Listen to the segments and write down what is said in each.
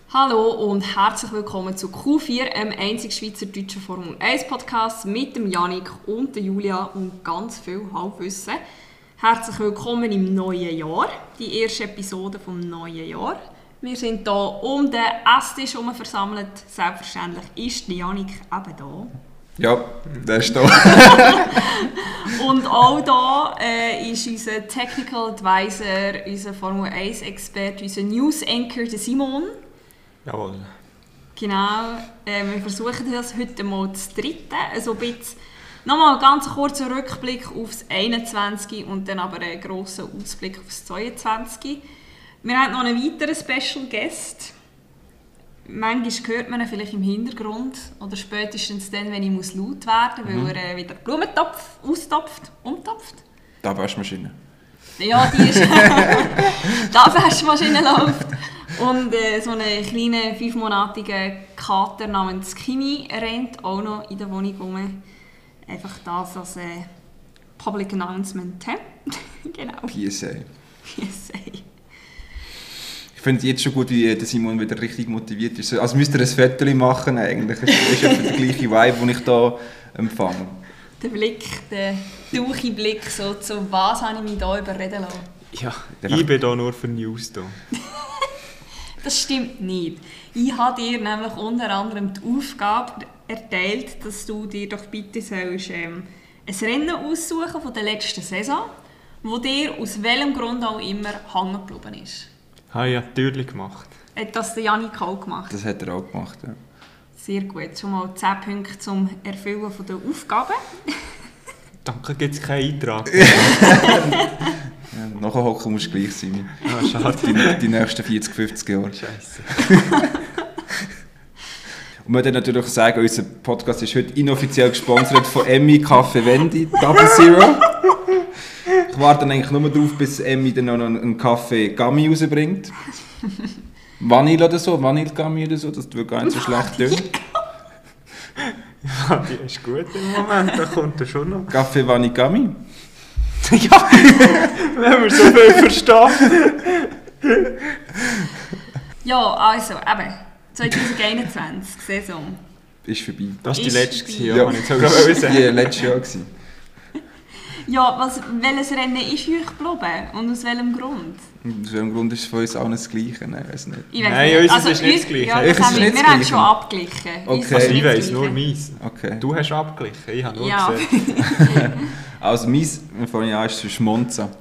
Hallo und herzlich willkommen zu Q4, einem einzigen schweizerdeutschen Formel 1 Podcast mit dem Yannick und der Julia und ganz viel Halbwissen. Herzlich willkommen im neuen Jahr, die erste Episode vom neuen Jahr. Wir sind hier um den Esstisch herum versammelt. Selbstverständlich ist der Yannick eben da. Ja, der ist da. Und auch da ist unser Technical Advisor, unser Formel 1 Experte, unser News Anchor, der Simon. Jawohl. Genau, wir versuchen das heute mal zu dritten. Also ein bisschen, nochmal einen ganz kurzen Rückblick aufs 21 und dann aber einen grossen Ausblick aufs 22. Wir haben noch einen weiteren Special Guest. Manchmal hört man ihn vielleicht im Hintergrund oder spätestens dann, wenn ich laut werden muss, weil er wieder Blumentopf austopft, umtopft. Da Waschmaschine. Ja, die ist... da Waschmaschine läuft. Und so einen kleinen 5-monatigen Kater namens Kimi rennt auch noch in der Wohnung rum. Einfach das als Public Announcement. Genau. PSA. PSA. Ich finde es jetzt schon gut, wie der Simon wieder richtig motiviert ist. Also müsste er ein Foto machen eigentlich. Das ist ja der gleiche Vibe, den ich hier empfange. Der Blick, der tauche Blick, so zu was habe ich mich hier überreden lassen? Ja, ich bin hier nur für News da. Das stimmt nicht. Ich habe dir nämlich unter anderem die Aufgabe erteilt, dass du dir doch bitte sollst, ein Rennen aussuchen von der letzten Saison, wo dir aus welchem Grund auch immer hängen geblieben ist. Habe ich natürlich gemacht. Hat das der Yannick auch gemacht? Das hat er auch gemacht, ja. Sehr gut. Schon mal 10 Punkte zum Erfüllen der Aufgaben. Danke, gibt es keinen Eintrag. Ja, nachher hocken musst du gleich sein. Ah, schade. Die nächsten 40, 50 Jahre. Scheisse. Und man kann natürlich sagen, unser Podcast ist heute inoffiziell gesponsert von Emmy Kaffee Wendy Double Zero. Ich warte dann eigentlich nur darauf, bis Emmy dann noch einen Kaffee Gummy rausbringt. Vanille oder so, Vanille-Gummy oder so, das wird gar nicht so schlecht tönen. Ja, die ist gut im Moment, da kommt er schon noch. Kaffee Vanille Gummy. Ja, wenn wir so viel verstehen. Ja, also eben 2021 Saison. Ist vorbei. Das war die Ist letzte, vorbei. ja, die ich jetzt auch sagen. Ja, letztes Jahr gewesen. Ja, welches Rennen ist euch geblieben und aus welchem Grund? Aus welchem Grund ist es von uns allen das Gleiche? Nein, ich weiß nicht. Ich weiss Nein, nicht. unseres ist nicht das Gleiche. Ja, Unseres das haben ist wir nicht das haben Gleiche. schon abgeglichen. Okay. Unseres ist Also ich nicht weiss das nur Gleiche. meins. Okay. Du hast abgeglichen, ich habe nur Ja. gesehen. Also meins, von ich an, ist Monza.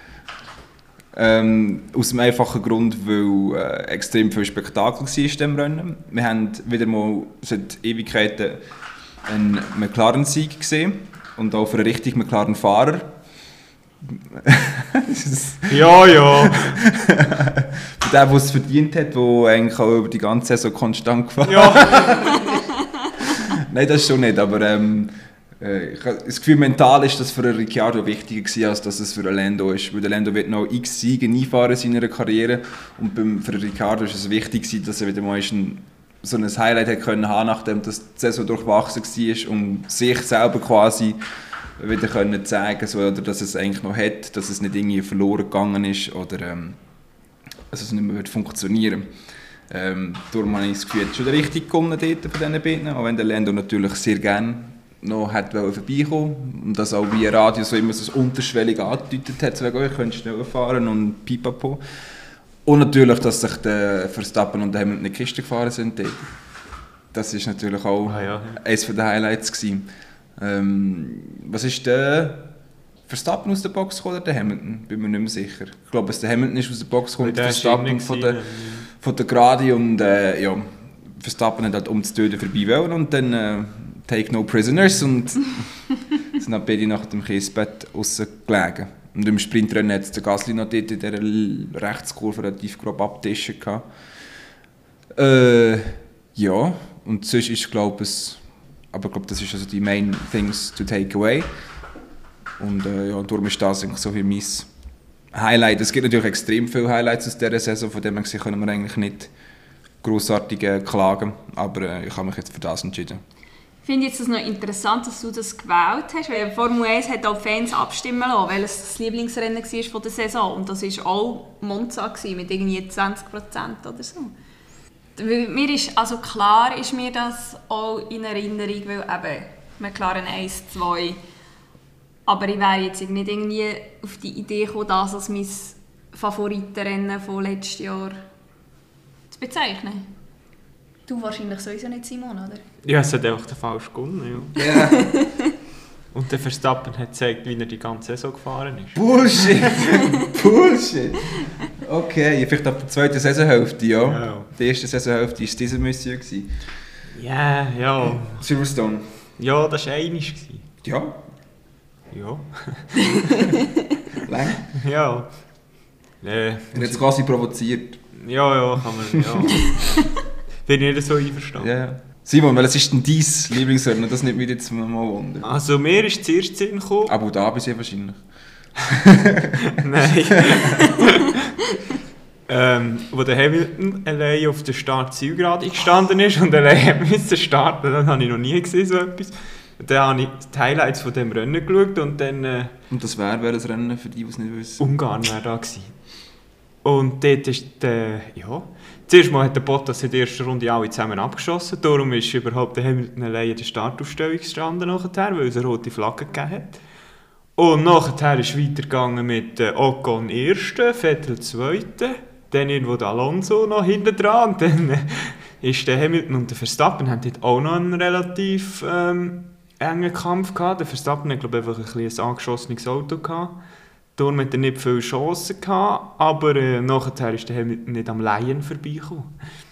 Aus dem einfachen Grund, weil extrem viel Spektakel war in diesem Rennen. Wir haben wieder mal seit Ewigkeiten einen McLaren-Sieg gesehen und auch für einen richtigen McLaren-Fahrer. Ja, ja. Für den, der es verdient hat, der eigentlich auch über die ganze Saison konstant gefahren Ja. Nein, das schon nicht, aber ich habe das Gefühl, mental ist das für einen Ricciardo wichtiger gewesen, als dass es für einen Lando ist. Weil der Lando wird noch x Siege einfahren in seiner Karriere und für Ricciardo ist es wichtig gewesen, dass er wieder mal so ein Highlight hat können haben, nachdem das die Saison durchwachsen war, um sich selber quasi wieder können zeigen, so, oder dass es eigentlich noch hat, dass es nicht irgendwie verloren gegangen ist oder dass es nicht mehr funktionieren wird. Darum habe ich das Gefühl, es ist schon richtig gewonnen dort von diesen beiden, auch wenn der Lando natürlich sehr gerne noch vorbeikommen und das auch via Radio so immer so unterschwellig angedeutet hat, so wegen, ich könnte schneller fahren und pipapo. Und natürlich, dass sich der Verstappen und der Hamilton in die Kiste gefahren sind dort. Das war natürlich auch eines der Highlights gewesen. Was ist der Verstappen aus der Box gekommen oder der Hamilton? Bin mir nicht mehr sicher. Ich glaube, der Hamilton ist aus der Box gekommen, der Verstappen von der Gradi und ja, Verstappen hat halt um das Töten vorbei wollen und dann take no prisoners und sind halt beide nach dem Kiesbett rausgelegen. Und im Sprintrennen hat der Gasly noch dort in dieser Rechtskurve relativ grob abtischen gehabt. Ja, und sonst ist, glaube ich, aber ich glaube, das ist also die main things to take away. Und ja, darum ist das eigentlich so für mein Highlight. Es gibt natürlich extrem viele Highlights aus dieser Saison, von dem her können wir eigentlich nicht grossartig klagen. Aber ich habe mich jetzt für das entschieden. Ich finde jetzt das noch interessant, dass du das gewählt hast, weil Formel 1 hat auch Fans abstimmen lassen, weil es das Lieblingsrennen war von der Saison und das war auch Monza mit irgendwie 20% oder so. Weil mir ist, also klar ist mir das auch in Erinnerung, weil eben McLaren 1, 2, aber ich wäre jetzt nicht irgendwie auf die Idee gekommen, das als mein Favoritenrennen von letztes Jahr zu bezeichnen. Du wahrscheinlich sowieso nicht, Simon, oder? Ja, es hat einfach den falsch gewonnen. Ja. Ja. Und der Verstappen hat gezeigt, wie er die ganze Saison gefahren ist. Bullshit! Bullshit! Okay, vielleicht ab der zweiten Saisonhälfte, ja. Ja. Die erste Saisonhälfte war diese Mission. Ja, ja. Silverstone. Ja, das war einiges. Ja, Ja. lang. Ja. Er hat es quasi provoziert. Ja, kann man. Ja. Bin ich nicht so einverstanden. Ja, ja. Simon, welches ist denn dein Lieblingsrennen? Das nimmt mich jetzt mal wundern. Also mir ist zuerst Sinn gekommen. Abu Dhabi sehr wahrscheinlich. Nein. Wo der Hamilton allein auf der Start-Zielgerade gestanden ist und allein musste starten, dann habe ich noch nie gesehen so etwas. Dann habe ich die Highlights von dem Rennen geschaut und dann... Und das wäre das Rennen für die es nicht wissen? Ungarn wäre da gewesen. Und dort ist der... Ja... Zuerst mal hat der Bottas in der ersten Runde alle zusammen abgeschossen, darum ist überhaupt der Hamilton allein in der Startaufstellung gestanden nachher, weil es eine rote Flagge gegeben hat. Und nachher ist es weitergegangen mit Ocon 1., Vettel 2., dann irgendwo der Alonso noch hinten dran und dann ist der Hamilton und der Verstappen haben dort auch noch einen relativ engen Kampf gehabt. Der Verstappen hat, glaube ich, einfach ein angeschossenes Auto gehabt. Darum hat er nicht viele Chancen gehabt, aber nachher ist der Hamilton nicht am Lion vorbeigekommen.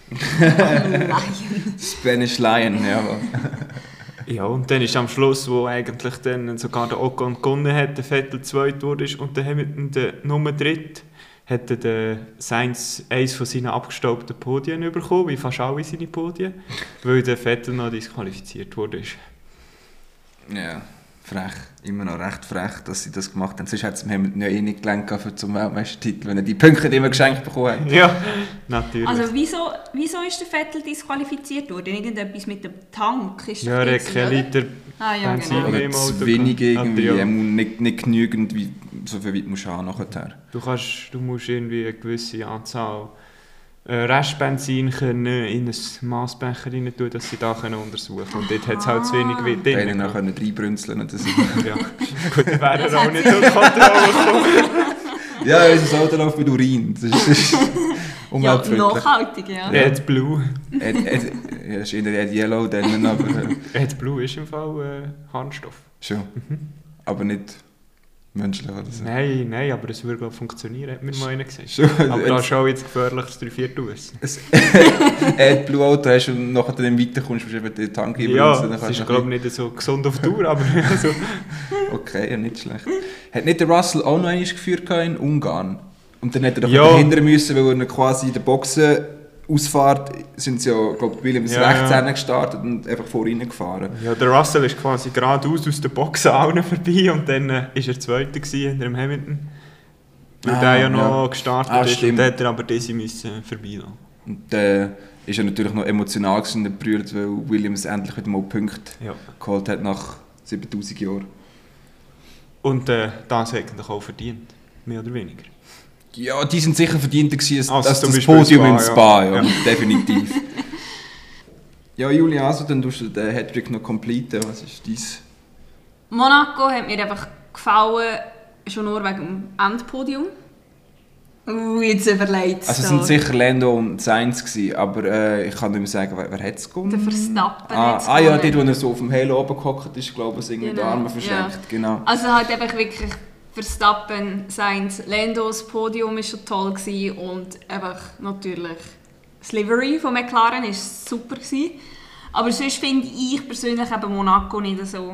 Spanish Lion, ja. Ja, und dann ist am Schluss, wo eigentlich dann sogar der Ocon gewonnen hat, der Vettel zweit wurde und der Hamilton der Nummer 3, hat der Sainz eines von seinen abgestaubten Podien bekommen, wie fast alle seine Podien, weil der Vettel noch disqualifiziert wurde. Ja, frech. Immer noch recht frech, dass sie das gemacht haben. Sonst hätte es dem Hamilton ja eh nicht gelangt für zum Weltmeistertitel, wenn er die Punkte immer geschenkt bekommen hat. Ja, natürlich. Also wieso ist der Vettel disqualifiziert worden? Irgendetwas mit dem Tank? Ist ja, er hat das, keinen oder? Liter Ah ja, Benzin genau. Oder im Auto zu wenig gehabt. irgendwie, Ja. er muss nicht genügend, wie, so viel weit musst du haben nachher. Du musst irgendwie eine gewisse Anzahl Restbenzin können in ein Massbecher rein tun, dass sie da untersuchen können. Und dort hat es halt zu wenig drin. Beide noch reinbrünzeln oder so. Ja, gut, dann wäre er auch nicht unter Kontrolle gekommen. Ja, unser Auto läuft mit Urin. Das ist Ja, umweltfreundlich. nachhaltig, ja. AdBlue. Ja, ist in der Yellow dann, aber AdBlue ist im Fall Harnstoff. schon. Aber nicht menschlich oder so. Nein, aber es würde glaub, funktionieren, hat mir mal einer gesagt. Schon, Aber da ist auch jetzt gefährlich, das 3/4 aus. Blue Auto hast und nachher dann weiterkommst, musst du eben den Tank Ja, dann das kannst ist du glaube ich nicht so gesund auf Dauer, aber also, Okay, ja, nicht schlecht. Hat nicht der Russell auch noch einmal geführt in Ungarn? Und dann hat er doch Ja. verhindern müssen, weil er quasi in der Boxenausfahrt sind sie ja, glaube ich, Williams Ja, rechts ja. gestartet und einfach vor ihnen gefahren. ja, der Russell ist quasi geradeaus aus der Box allen vorbei und dann ist er Zweiter hinter dem Hamilton. Weil Ah, der ja noch ja. gestartet Ah, ist stimmt. und dann hat er aber diese müssen vorbeilassen. Und ist er natürlich noch emotional gewesen, und gebrüllt, weil Williams endlich wieder mal Punkte Ja. geholt hat nach 7000 Jahren. Und das eigentlich auch verdient, mehr oder weniger. Ja, die sind sicher verdienter gewesen als Also zum das Beispiel Podium Spa, in Spa, ja. ja. Definitiv. Ja, Julia, also dann tust du den Hattrick noch completen. Was ist dies? Monaco hat mir einfach gefallen, schon nur wegen dem Endpodium. Jetzt überlegt Also es sind sicher Lando und Sainz gewesen, aber ich kann nicht mehr sagen, wer hat es gewonnen? Der Verstappen hat's ja, gewonnen. dort, wo er so auf dem Halo oben gehockt ist, glaube ich, irgendwie die Genau, Arme verschränkt. ja. Genau. Also halt einfach wirklich Verstappen, Sainz, Lando, das Podium war schon toll gewesen und einfach natürlich das Livery von McLaren war super gewesen. Aber sonst finde ich persönlich eben Monaco nicht so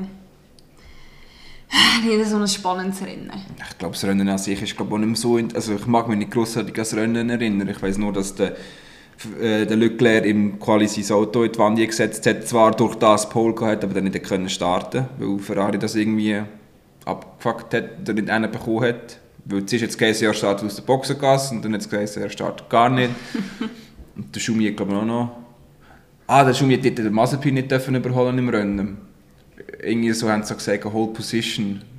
ein spannendes Rennen. Ich glaube, das Rennen an sich ist glaube ich, auch nicht mehr so... Also ich mag mich nicht grossartig an das Rennen erinnern. Ich weiss nur, dass der Leclerc im Quali sein Auto in die Wand gesetzt hat, zwar durch das Pole gehabt, aber dann nicht können starten, weil Ferrari das irgendwie abgefuckt hat oder nicht einen bekommen hat. Weil zuerst jetzt geheißen, er startet aus der Boxengasse und dann hat es geheißen, er startet gar nicht. Und der Schumi hat glaube ich auch noch... der Schumi hat den Mazepin nicht dürfen überholen im Rennen. Irgendwie so haben sie gesagt, Whole Position.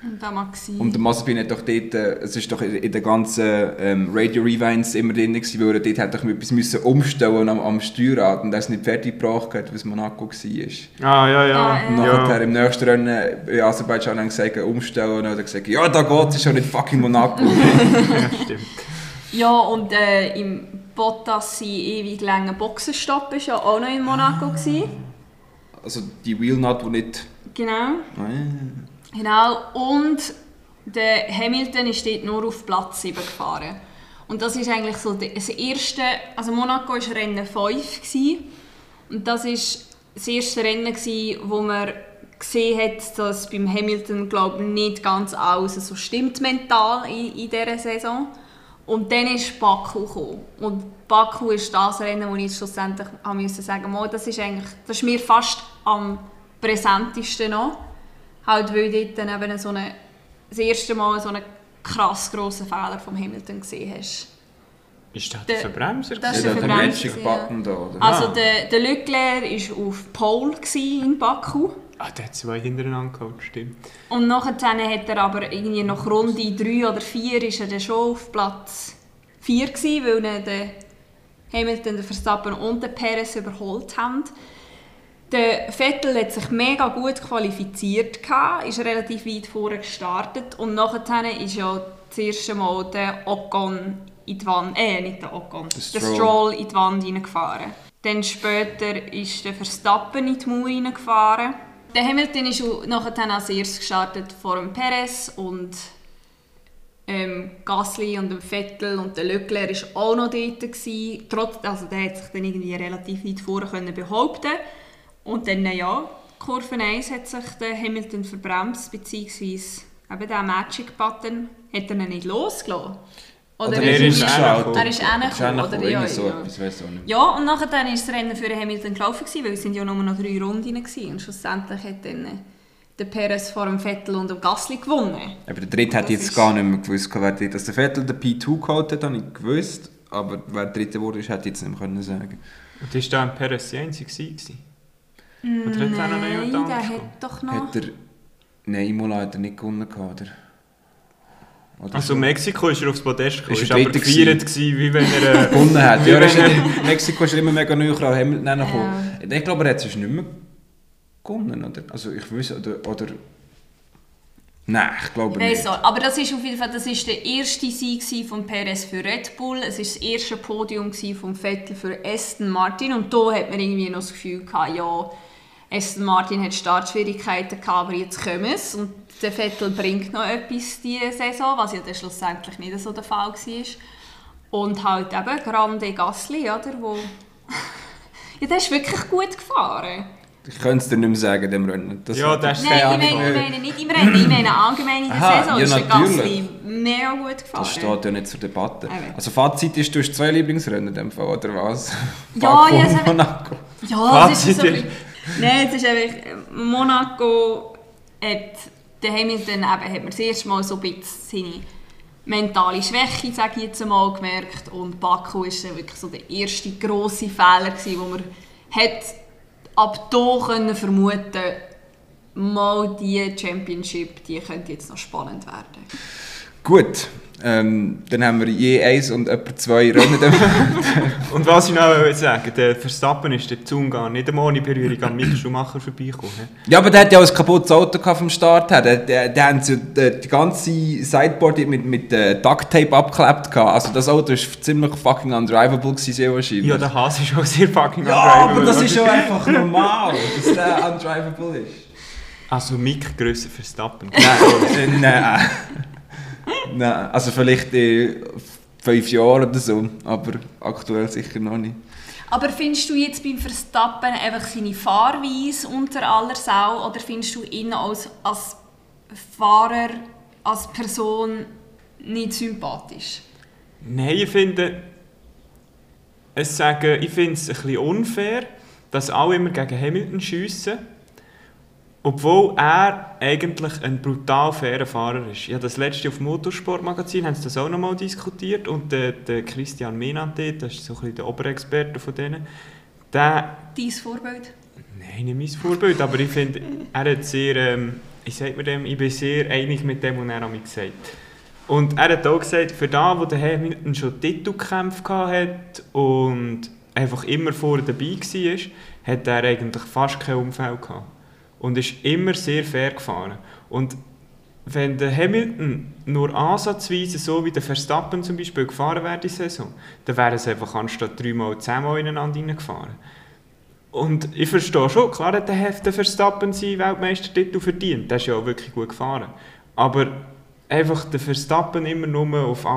Und der Maxim. Und der Mazepin hat doch dort, es ist doch in den ganzen Radio Rewinds immer drin gewesen, weil er dort hat doch etwas müssen umstellen am Steuerrad und er ist nicht fertig gebracht, was Monaco war. Ah, ja, ja. Ah, ja. Und nachher im nächsten Rennen in Aserbaidschan haben gesagt, umstellen und dann hat er gesagt, ja, da geht es, ist ja nicht fucking Monaco. Ja, stimmt. Ja, und im Bottas sein ewig langer Boxenstopp war ja auch noch in Monaco gewesen. Also die Wheelnut, die nicht... Genau. Genau. Und der Hamilton ist dort nur auf Platz 7 gefahren. Und das ist eigentlich so das erste... Also Monaco war Rennen 5 gewesen. Und das war das erste Rennen gewesen, wo man gesehen hat, dass beim Hamilton, glaube ich, nicht ganz alles so stimmt mental in dieser Saison. Und dann ist Baku gekommen. Und Baku ist das Rennen, wo ich schlussendlich musste sagen musste, das ist mir fast am präsentesten noch. Halt, weil dort dann eben das erste Mal so einen krass grossen Fehler vom Hamilton gesehen hast. Ist das der Verbremser? Das ist Ja, der der Verbremser, Magic Button da, oder? Also der Leclerc war auf Pole in Baku. Ah, der hat 2 hintereinander geholt, stimmt. Und nachher hat er aber irgendwie nach Runde 3 oder 4 ist er dann schon auf Platz 4 gewesen, weil ihn der Hamilton, der Verstappen und der Perez überholt haben. Der Vettel hat sich mega gut qualifiziert, ist relativ weit vorne gestartet und nachher ist ja das erste Mal der Ocon in die Wand, nicht der Ocon, der Stroll in die Wand hineingefahren. Dann später ist der Verstappen in die Mauer hineingefahren. Der Hamilton ist nachher als erstes gestartet vor dem Perez und Gasly und dem Vettel und der Leclerc war auch noch dort gewesen. Also der hat sich dann irgendwie relativ weit vorne behaupten. Und dann, ja, Kurve 1 hat sich der Hamilton verbremst, beziehungsweise eben der Magic Button hat er ihn nicht losgelassen. Oder er ist reingekommen. Irgendwie Ja. so etwas, weiss auch nicht. Ja, und nachher war das Rennen für Hamilton gelaufen, weil es sind ja nur noch 3 Runden gewesen. Und schlussendlich hat dann der Perez vor dem Vettel und dem Gasly gewonnen. Aber der Dritte hätte jetzt gar nicht mehr gewusst, wer dort, dass der Vettel den P2 geholt hat, habe ich gewusst. Aber wer der Dritte wurde, hätte ich jetzt nicht mehr können sagen. Und ist da ein Perez die einzige gewesen? Oder hat er noch jemand Nein, anderes der gewonnen? hat doch noch... Hat er... Nein, Imola hat er nicht gewonnen, oder? Also Mexiko ist er aufs Podest gekommen, Ist ist er aber Dritter gefeiert gewesen, wie wenn er... gewonnen hat. Wie Ja, wenn Mexiko ist immer mega neu an Hamilton gekommen. Ja. Ich glaube, er hat es nicht mehr gewonnen, oder? Also ich weiß, oder... Nein, ich glaube Nein, nicht. so. Aber das ist auf jeden Fall der erste Sieg von Perez für Red Bull. Es war das erste Podium von Vettel für Aston Martin. Und da hat man irgendwie noch das Gefühl gehabt, ja, Aston Martin hat Startschwierigkeiten gehabt, aber jetzt kommen es. Und der Vettel bringt noch etwas diese Saison, was ja dann schlussendlich nicht so der Fall war. Und halt eben Grande Gasly, oder, wo... ja, der ist wirklich gut gefahren. Ich könnte es dir nicht mehr sagen, dem Rennen. Das Ja, das ist Nein, ich meine nicht im Rennen, ich meine allgemein in der Aha, Saison. ja, Ist der natürlich. Gasly mega gut gefahren. Das steht ja nicht zur Debatte. Eben. Also Fazit ist, du hast 2 Lieblingsrennen in dem Fall, oder was? Ja, Baku ja, und Monaco. Ja, es ist so Fazit ein bisschen... Nein, es ist einfach... Monaco hat... Der Hamilton eben, hat man das erste Mal so ein bisschen seine mentale Schwäche, sage ich jetzt einmal, gemerkt. Und Baku war dann wirklich so der erste grosse Fehler, den man hat ab hier können vermuten, mal die Championship, die könnte jetzt noch spannend werden. Gut, dann haben wir je 1 und etwa 2 Rennen. Und was ich noch sagen, der Verstappen ist der Zungar nicht einmal ohne Berührung am Mick Schumacher vorbeigekommen. Ja, aber der hat ja auch ein kaputtes Auto vom Start her. Der haben so die ganze Sideboard mit Duct Tape abgeklebt. Also das Auto war ziemlich fucking undrivable sehr wahrscheinlich. Ja, der Hase ist auch sehr fucking Ja, aber das ist ja einfach normal, dass der undrivable ist. Also Mick grösser Verstappen. Nein. Nein, also vielleicht in 5 Jahren oder so, aber aktuell sicher noch nicht. Aber findest du jetzt beim Verstappen einfach seine Fahrweise unter aller Sau oder findest du ihn als Fahrer, als Person nicht sympathisch? Nein, ich finde es ein bisschen unfair, dass alle immer gegen Hamilton schiessen, obwohl er eigentlich ein brutal fairer Fahrer ist. Ja, das letzte auf dem Motorsportmagazin haben sie das auch noch mal diskutiert und der Christian Menant, das ist so ein bisschen der Oberexperte von denen, Dein Vorbild? Nein, nicht mein Vorbild, aber ich finde, er hat sehr ich bin sehr einig mit dem, was er mir gesagt hat. Und er hat auch gesagt, für da, wo der Hamilton schon Titelkämpfe hatte und einfach immer vorne dabei war, hat er eigentlich fast kein Unfall gehabt. Und ist immer sehr fair gefahren. Und wenn der Hamilton nur ansatzweise so wie der Verstappen zum Beispiel gefahren wäre die Saison, dann wäre es einfach anstatt 3-mal 10-mal ineinander reingefahren. Und ich verstehe schon, klar hat der Verstappen seinen Weltmeistertitel verdient, der ist ja auch wirklich gut gefahren. Aber einfach der Verstappen immer nur auf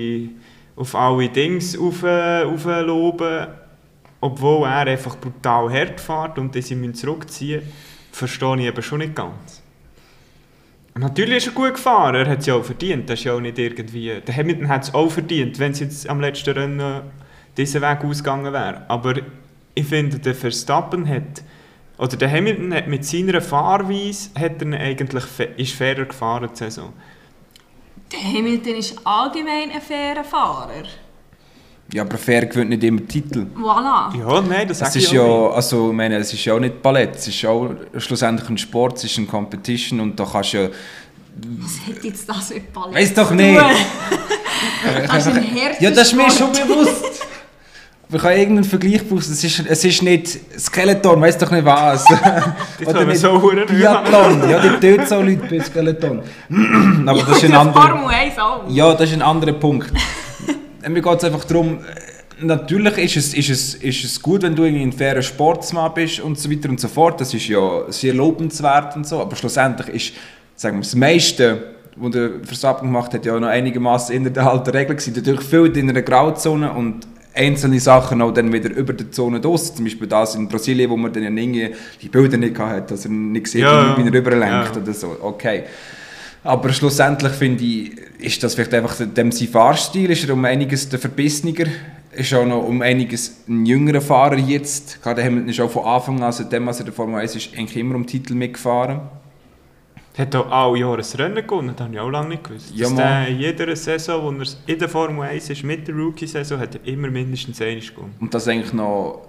alle Dings aufloben, obwohl er einfach brutal hart fährt und sie zurückziehen müssen, verstehe ich eben schon nicht ganz. Natürlich ist er gut gefahren, er hat es ja auch verdient, das ist ja auch nicht irgendwie... Der Hamilton hat es auch verdient, wenn es jetzt am letzten Rennen diesen Weg ausgegangen wäre. Aber ich finde, der Verstappen oder der Hamilton hat mit seiner Fahrweise ist fairer gefahren die Saison. Der Hamilton ist allgemein ein fairer Fahrer. Ja, aber fair gewinnt nicht immer Titel. Voilà. Ja, nein, das sage ich ja, auch nicht. also, ich meine, es ist ja auch nicht Ballett, es ist auch schlussendlich ein Sport, es ist eine Competition und da kannst du ja... Was hat jetzt das mit Ballett Weiss doch nicht! Kannst du einen Härtesport? Ja, das ist mir schon bewusst! Wir können irgendeinen Vergleich brauchen, es ist nicht Skeleton, weiss doch nicht was. Oder nicht so Biathlon, ja, die töten so Leute bei Skeleton. Aber ja, das ist ein anderer... Formel 1 auch. Ja, das ist ein anderer Punkt. Mir geht es einfach darum, natürlich ist es gut, wenn du ein fairer Sportsmann bist und so weiter und so fort. Das ist ja sehr lobenswert und so. Aber schlussendlich ist, sagen wir, das meiste, was der Verstappen gemacht hat, ja noch einigermaßen innerhalb der Regeln gewesen. Natürlich viel in einer Grauzone und einzelne Sachen auch dann wieder über der Zone draus. Zum Beispiel das in Brasilien, wo man dann irgendwie die Bilder nicht hatte, dass er nicht sieht, wie er rüberlenkt oder so. Okay. Aber schlussendlich finde ich, ist das vielleicht einfach sein Fahrstil, ist er um einiges der verbissener, ist auch noch um einiges ein jüngerer Fahrer jetzt. Gerade Hamilton ist auch von Anfang an, seitdem er in der Formel 1 ist, eigentlich immer um Titel mitgefahren. Er hat auch alle Jahre ein Rennen gewonnen, das habe ich auch lange nicht gewusst. Ja, dass in jeder Saison, wo er in der Formel 1 ist, mit der Rookie-Saison, hat er immer mindestens einmal gewonnen. Und das eigentlich noch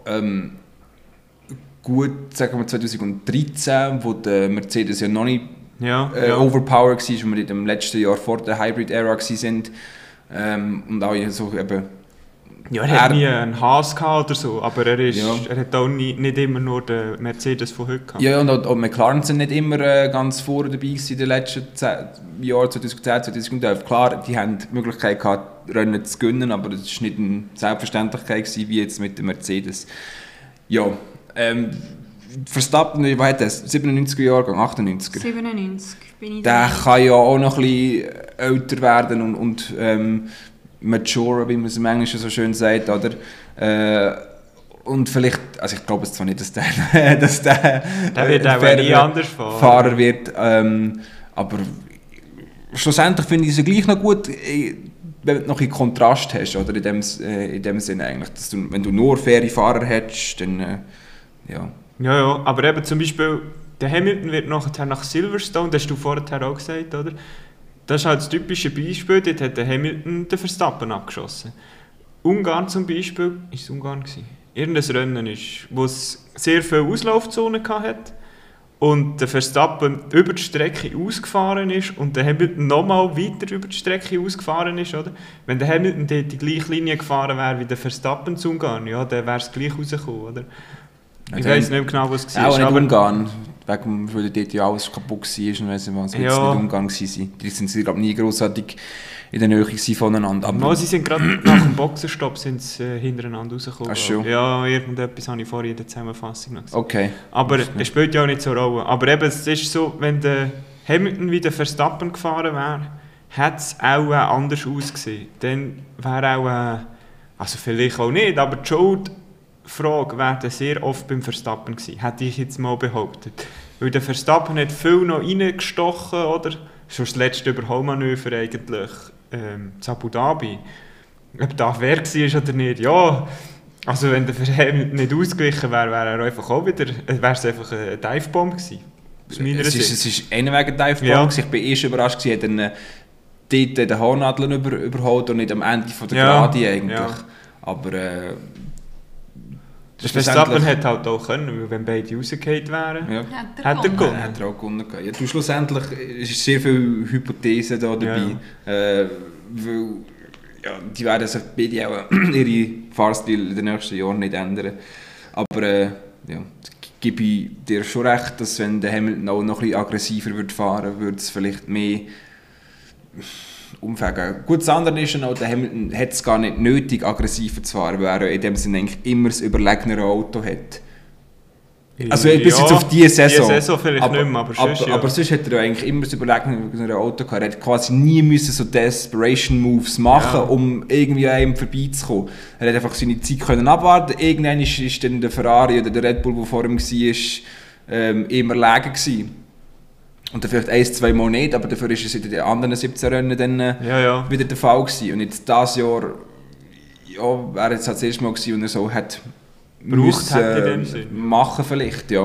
gut, sagen wir 2013, wo der Mercedes ja noch nicht overpowered war, wo wir in dem letzten Jahr vor der Hybrid-Ära waren. Und auch so eben... Ja, er hat nie einen Haas gehabt oder so, aber er hat auch nicht immer nur den Mercedes von heute gehabt. Ja, und auch McLaren sind nicht immer ganz vorne dabei in den letzten Jahren, 2010, 2011. Klar, die haben die Möglichkeit gehabt, Rennen zu gewinnen, aber das war nicht eine Selbstverständlichkeit wie jetzt mit dem Mercedes. Ja, Verstappen, was hat das? 97er Jahrgang, 98er? 97 bin ich der kann ja auch noch ein bisschen älter werden und mature, wie man es im Englischen so schön sagt, oder? Und vielleicht, also ich glaube es zwar nicht, dass der wird auch nie anders fahren. Fahrer wird, aber schlussendlich finde ich es gleich noch gut, wenn du noch einen Kontrast hast, oder in dem Sinne eigentlich, dass du, wenn du nur faire Fahrer hättest, dann ja. Ja, aber eben zum Beispiel, der Hamilton wird nachher nach Silverstone, das hast du vorher auch gesagt, oder? Das ist halt das typische Beispiel, dort hat der Hamilton den Verstappen abgeschossen. Ungarn zum Beispiel, ist es Ungarn gewesen? Irgendein Rennen ist, wo es sehr viele Auslaufzonen hatte und der Verstappen über die Strecke ausgefahren ist und der Hamilton nochmal weiter über die Strecke ausgefahren ist, oder? Wenn der Hamilton dort die gleiche Linie gefahren wäre wie der Verstappen zu Ungarn, ja, dann wäre es gleich rausgekommen, oder? Ich weiss nicht genau, was es war. Auch nicht Ungarn, weil dort ja alles kaputt war und weiss nicht was. Wird es nicht Ungarn gewesen. Die sind, glaube ich, nie grossartig in der Nähe voneinander. Aber sie sind gerade nach dem Boxenstopp hintereinander rausgekommen. Ach schon? Ja, irgendetwas habe ich vorhin in der Zusammenfassung noch gesagt. Okay. Aber es spielt ja auch nicht so eine Rolle. Aber eben, es ist so, wenn der Hamilton wie der Verstappen gefahren wäre, hätte es auch anders ausgesehen. Dann wäre auch, also vielleicht auch nicht, aber die Schuldfrage wäre sehr oft beim Verstappen gewesen, hätte ich jetzt mal behauptet. Weil der Verstappen hat viel noch reingestochen, oder? Schon das letzte Überholmanöver eigentlich in Abu Dhabi. Ob das wer war oder nicht, ja. Also wenn der Hamilton nicht ausgewichen wäre, wäre er einfach auch wieder, wäre es einfach eine Divebomb gewesen. Aus meiner Sicht. Es ist einer wegen Divebomb. Ja. Ich war erst überrascht, sie hat dort den Haarnadeln überholt und nicht am Ende von der Gerade eigentlich. Ja. Aber Verstappen hätte halt auch können, weil wenn beide rausgefallen wären, Ja. hat er gewonnen. Hat er auch gewonnen. Ja, du, schlussendlich ist sehr viel Hypothesen da dabei. Weil die werden sich beide auch ihre Fahrstil in den nächsten Jahren nicht ändern. Aber gebe ich dir schon recht, dass wenn der Hamilton auch noch ein bisschen aggressiver fahren würde, würde es vielleicht mehr Umfang geben. Gut, das andere ist auch, der Hamilton hat es gar nicht nötig, aggressiver zu fahren, weil er in dem Sinne eigentlich immer das überlegenere Auto hat. Also bis jetzt auf diese Saison. Die Saison vielleicht nicht mehr, aber sonst, aber sonst hat er ja eigentlich immer das überlegene Auto gehabt. Er hat quasi nie müssen so Desperation Moves machen, um irgendwie an ihm vorbeizukommen. Er hat einfach seine Zeit können abwarten. Irgendwann ist dann der Ferrari oder der Red Bull, der vor ihm war, immer läger gewesen. Und dann vielleicht 1-2 Mal nicht, aber dafür ist es in den anderen 17 Rennen dann wieder der Fall gewesen. Und jetzt dieses Jahr wäre jetzt halt das erste Mal gewesen, und er so hat braucht hat in dem Sinn. Machen vielleicht, ja.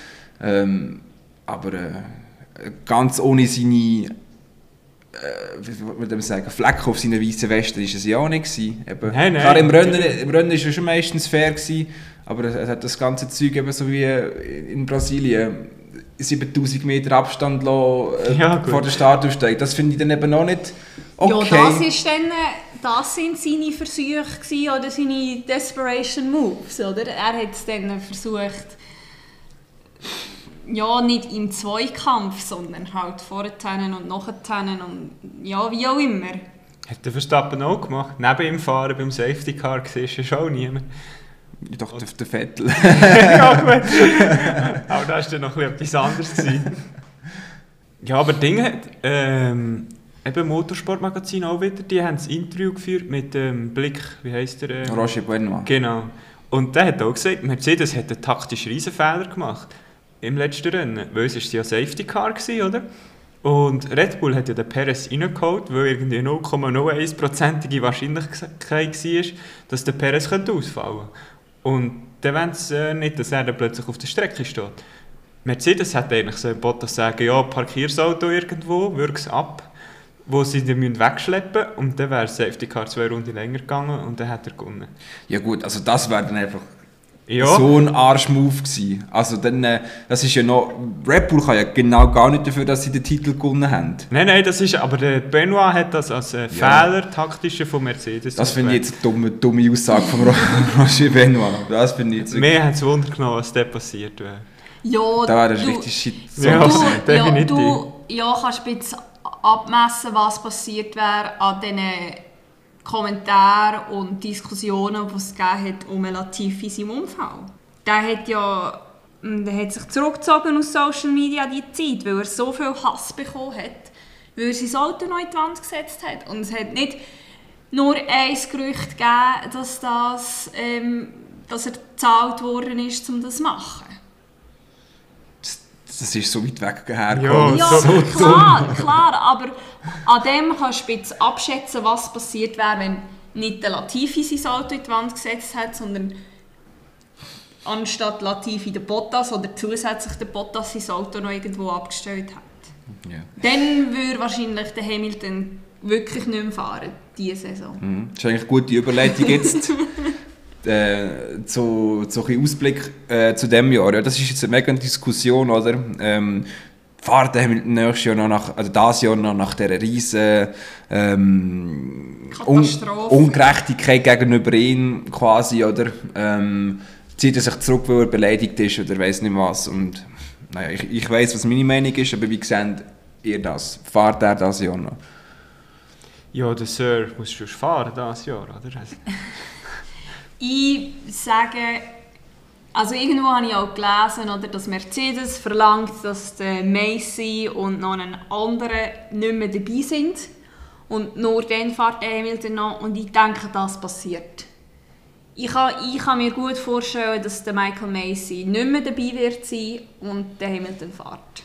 Aber ganz ohne seine wie würde man sagen, Flecken auf seiner weißen Weste war es ja auch nicht gewesen. Nein, klar, im Rennen war er schon meistens fair gewesen, aber es hat das ganze Zeug eben so wie in Brasilien 7000 Meter Abstand vor der Startaufsteig. Das finde ich dann eben noch nicht okay. Ja, das sind seine Versuche gewesen, oder seine Desperation Moves, oder? Er hat es dann versucht, ja, nicht im Zweikampf, sondern halt vorher und nachher und ja, wie auch immer. Hat der Verstappen auch gemacht. Neben ihm fahren beim Safety Car siehst du schon niemand. Doch, der Vettel. Ja, gut. Aber da war dann noch etwas anderes. Ja, aber Dinge eben Motorsportmagazin auch wieder, die haben ein Interview geführt mit dem Blick, wie heisst der? Roger Benoit. Genau. Und der hat auch gesagt, Mercedes hat einen taktischen Riesenfehler gemacht im letzten Rennen, weil es ja Safety Car war, oder? Und Red Bull hat ja den Perez reingeholt, weil irgendwie 0,01%ige Wahrscheinlichkeit war, dass der Perez ausfallen könnte. Und dann wollen sie nicht, dass er dann plötzlich auf der Strecke steht. Mercedes hat eigentlich so ein Bottas sagen, ja, parkier das Auto irgendwo, wirk es ab, wo sie dann wegschleppen müssen, und dann wäre das Safety Car 2 Runden länger gegangen und dann hat er gewonnen. Ja gut, also das wäre dann einfach so ein Arschmove gewesen. Also dann, das ist ja noch, Red Bull kann ja genau gar nicht dafür, dass sie den Titel gewonnen haben. Nein, das ist, aber der Benoit hat das als Fehler taktischer von Mercedes. Das finde ich jetzt eine dumme Aussage von Roger Benoit. Das finde ich jetzt mir hat es Wunder genommen, was da passiert wäre. Ja, da wäre richtig Shit. Definitiv. Ja, kannst ein bisschen abmessen, was passiert wäre an diesen Kommentaren und Diskussionen, die es gegeben hat um Latifi in seinem Unfall. Der hat sich zurückgezogen aus Social Media die Zeit, weil er so viel Hass bekommen hat, weil er sein Auto noch in die Wand gesetzt hat. Und es hat nicht nur ein Gerücht gegeben, dass er bezahlt worden ist, um das zu machen. Das ist so weit weg hergekommen. Ja, so klar, aber an dem kannst du ein bisschen abschätzen, was passiert wäre, wenn nicht der Latifi sein Auto in die Wand gesetzt hat, sondern anstatt Latifi der Bottas oder zusätzlich der Bottas sein Auto noch irgendwo abgestellt hat. Ja. Dann würde wahrscheinlich der Hamilton wirklich nicht mehr fahren, diese Saison. Das ist eigentlich eine gute Überleitung jetzt. So ein Ausblick zu diesem Jahr. Ja, das ist jetzt eine mega Diskussion, oder? Fahrt Hamilton nächstes Jahr noch dieses Jahr noch nach dieser riesen Ungerechtigkeit gegenüber ihm quasi, oder? Zieht er sich zurück, weil er beleidigt ist oder weiss nicht was. Und naja, ich weiss, was meine Meinung ist, aber wie seht ihr das? Fahrt er dieses Jahr noch? Ja, der Sir muss schon fahren dieses Jahr, oder? Ich sage, also irgendwo habe ich auch gelesen, oder, dass Mercedes verlangt, dass der Macy und noch ein anderer nicht mehr dabei sind. Und nur dann fährt der Hamilton noch. Und ich denke, das passiert. Ich kann mir gut vorstellen, dass der Michael Macy nicht mehr dabei wird sein und der Hamilton fährt.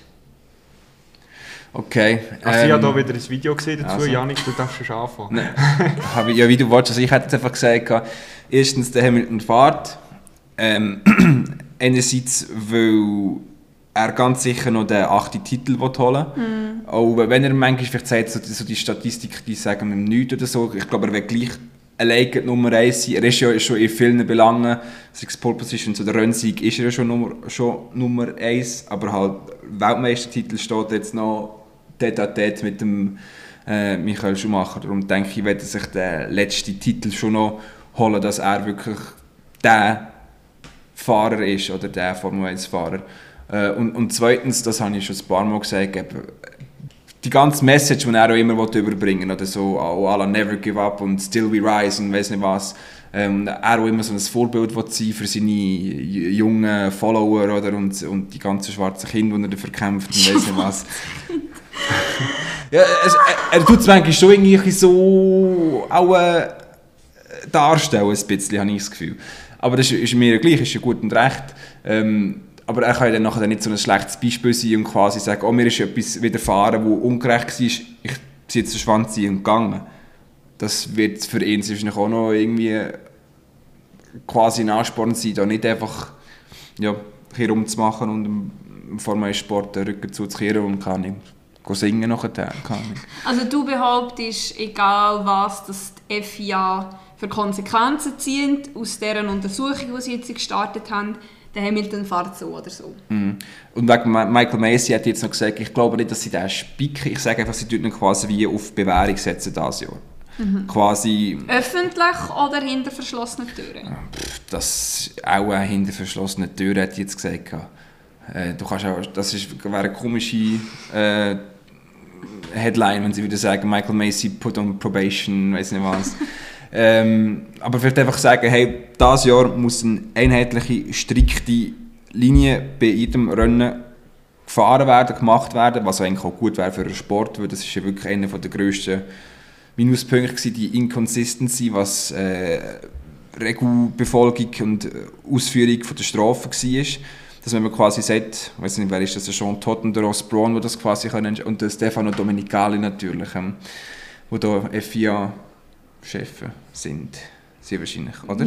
Okay. Also ich habe hier wieder ein Video gesehen dazu. Also. Janik, du darfst schon anfangen. Ja, wie du willst. Also ich hätte jetzt einfach gesagt, erstens, der Hamilton fährt. Einerseits, weil er ganz sicher noch den 8. Titel holen will. Auch wenn er manchmal vielleicht sagt, so die Statistiken, die sagen ihm nichts oder so. Ich glaube, er will gleich alleine die Nummer 1 sein. Er ist ja schon in vielen Belangen, sei es Pole Position oder Rennsieg, ist er ja schon Nummer 1, aber halt Weltmeistertitel steht jetzt noch tête-à-tête mit dem Michael Schumacher. Darum denke ich, werde sich den letzten Titel schon noch holen, dass er wirklich der Fahrer ist oder der Formel 1-Fahrer. Und zweitens, das habe ich schon ein paar Mal gesagt, die ganze Message, die er auch immer überbringen will, oder so, à la Never Give Up und Still We Rise und weiss nicht was, er auch immer so ein Vorbild sein für seine jungen Follower oder, und die ganzen schwarzen Kinder, die er dafür kämpft und weiss nicht was. Ja, er tut es manchmal schon irgendwie so auch darstellen, ein bisschen, habe ich das Gefühl. Aber das ist mir gleich, ist ja gut und recht. Aber er kann ja dann nachher nicht so ein schlechtes Beispiel sein und quasi sagen, oh, mir ist etwas widerfahren, das ungerecht war, ich ziehe jetzt den Schwanz und gegangen. Das wird für ihn wahrscheinlich auch noch irgendwie quasi ein Ansporn sein, da nicht einfach hier rumzumachen und im Formel-Sport den Rücken zuzukehren und kann nicht singen nachher. Also du behauptest, egal was das die FIA für Konsequenzen zieht aus dieser Untersuchung, die sie jetzt gestartet haben, der Hamilton fährt so oder so. Und wegen Michael Masi hat jetzt noch gesagt, ich glaube nicht, dass sie den spicken. Ich sage einfach, sie tun ihn quasi wie auf Bewährung setzen dieses Jahr. Quasi öffentlich oder hinter verschlossenen Türen? Das auch hinter verschlossenen Türen, hätte ich jetzt gesagt. Du kannst auch, wäre eine komische Headline, wenn sie wieder sagen, Michael Masi put on probation, weiß nicht was. Aber vielleicht einfach sagen, hey, dieses Jahr muss eine einheitliche, strikte Linie bei jedem Rennen gefahren werden, gemacht werden, was eigentlich auch gut wäre für den Sport, weil das ist ja wirklich einer der grössten Minuspunkte gewesen, die Inconsistency, was Regelbefolgung und Ausführung von der Strafe war. Dass man quasi sagt, ich weiß nicht, wer ist das, Sean Todt und der Ross Brawn, die das quasi können, und der Stefano Domenicali natürlich, wo da FIA-Chefs sind. Sie wahrscheinlich, oder?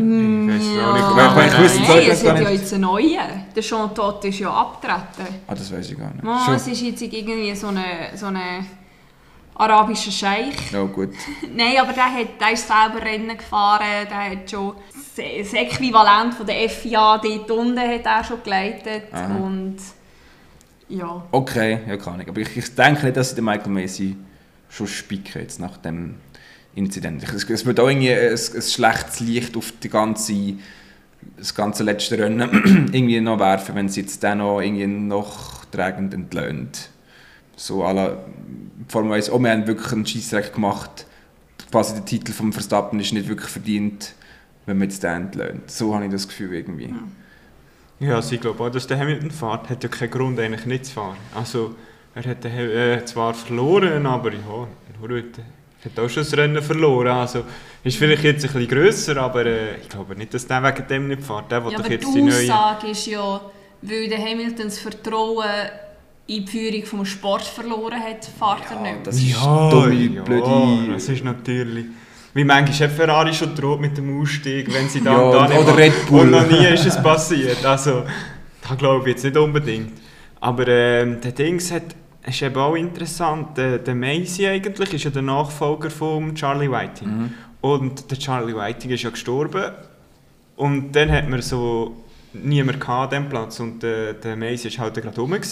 Es hat ja jetzt einen neuen. Der Sean Todt ist ja abgetreten. Das weiß ich gar nicht. Es ist jetzt irgendwie so eine arabischer Scheich. Ja, gut. Nein, aber der ist selber Rennen gefahren, der hat schon das Äquivalent von der FIA dort unten hat er schon geleitet. Und ja. Okay, ja, kann ich. Aber ich denke nicht, dass sie den Michael Masi schon spicken jetzt nach dem Inzident. Es wird auch irgendwie ein schlechtes Licht auf das ganze letzte Rennen irgendwie noch werfen, wenn sie jetzt den noch irgendwie nachträgend entlöhnt. So alle Formel 1, wir haben wirklich einen Scheissdreck gemacht. Quasi der Titel vom Verstappen ist nicht wirklich verdient, wenn man jetzt den entlöhnt. So habe ich das Gefühl irgendwie. Ja, also ich glaube auch, dass der Hamilton fährt, hat ja keinen Grund eigentlich nicht zu fahren. Also er hat zwar verloren, aber ja, er hat auch schon das Rennen verloren. Also ist vielleicht jetzt ein bisschen grösser, aber ich glaube nicht, dass der wegen dem nicht fährt. Der will doch jetzt die Aussage ist ja, weil der Hamilton das Vertrauen in die Führung des Sports verloren hat, fährt er nicht. Das ist dumme, blöde... Das ist natürlich... Wie manchmal hat Ferrari schon droht mit dem Ausstieg, wenn sie dann oder Red Bull. Und noch nie ist es passiert. Also, das glaube ich jetzt nicht unbedingt. Aber der Dings ist eben auch interessant. Der Masi eigentlich ist ja der Nachfolger von Charlie Whiting. Und der Charlie Whiting ist ja gestorben. Und dann hat man so niemand an diesem Platz. Und der Masi war halt gerade rum.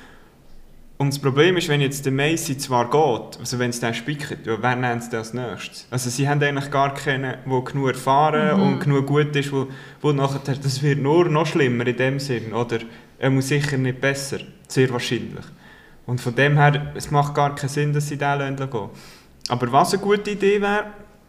Und das Problem ist, wenn jetzt der Masi zwar geht, also wenn es den spickt, wer nennt es als nächstes? Also sie haben eigentlich gar keinen, der genug erfahren und genug gut ist, wo nachher, das wird nur noch schlimmer in dem Sinn, oder? Er muss sicher nicht besser, sehr wahrscheinlich. Und von dem her, es macht gar keinen Sinn, dass sie den gehen lassen. Aber was eine gute Idee wäre,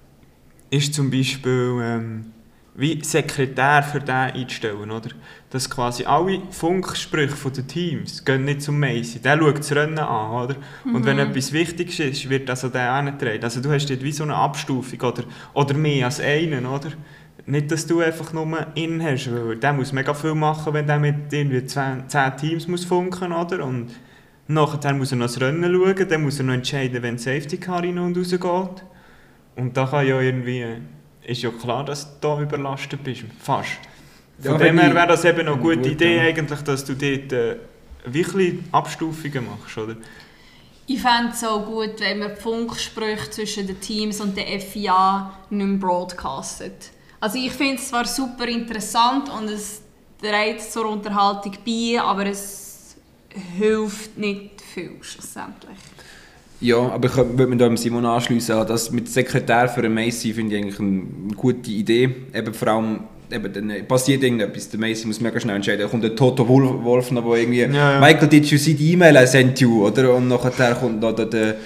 ist zum Beispiel wie Sekretär für den einzustellen, oder? Dass quasi alle Funksprüche der Teams gehen nicht zum Masi. Der schaut das Rennen an, oder? Und wenn etwas Wichtiges ist, wird das an den angetragen. Also du hast dort wie so eine Abstufung, oder mehr als einen, oder? Nicht, dass du einfach nur ihn hast, weil der muss mega viel machen, wenn der mit irgendwie 10 Teams muss funken, oder? Und nachher muss er noch das Rennen schauen, dann muss er noch entscheiden, wenn Safety Car rein und raus geht. Und da kann ja irgendwie... ist ja klar, dass du da überlastet bist, fast. Von dem her wäre das eben eine gute Idee, eigentlich, dass du dort wirklich Abstufungen machst, oder? Ich fände es auch gut, wenn man die Funksprüche zwischen den Teams und der FIA nicht mehr broadcastet. Also ich finde es zwar super interessant und es trägt zur Unterhaltung bei, aber es hilft nicht viel schlussendlich. Ja, aber ich würde mich da dem Simon anschliessen. Das mit Sekretär für einen Macy finde ich eigentlich eine gute Idee. Eben vor allem, dann passiert irgendetwas. Der Macy muss mega schnell entscheiden. Da kommt der Toto Wolff noch, wo irgendwie «Michael, did you see the email I sent you?» oder? Und nachher kommt noch der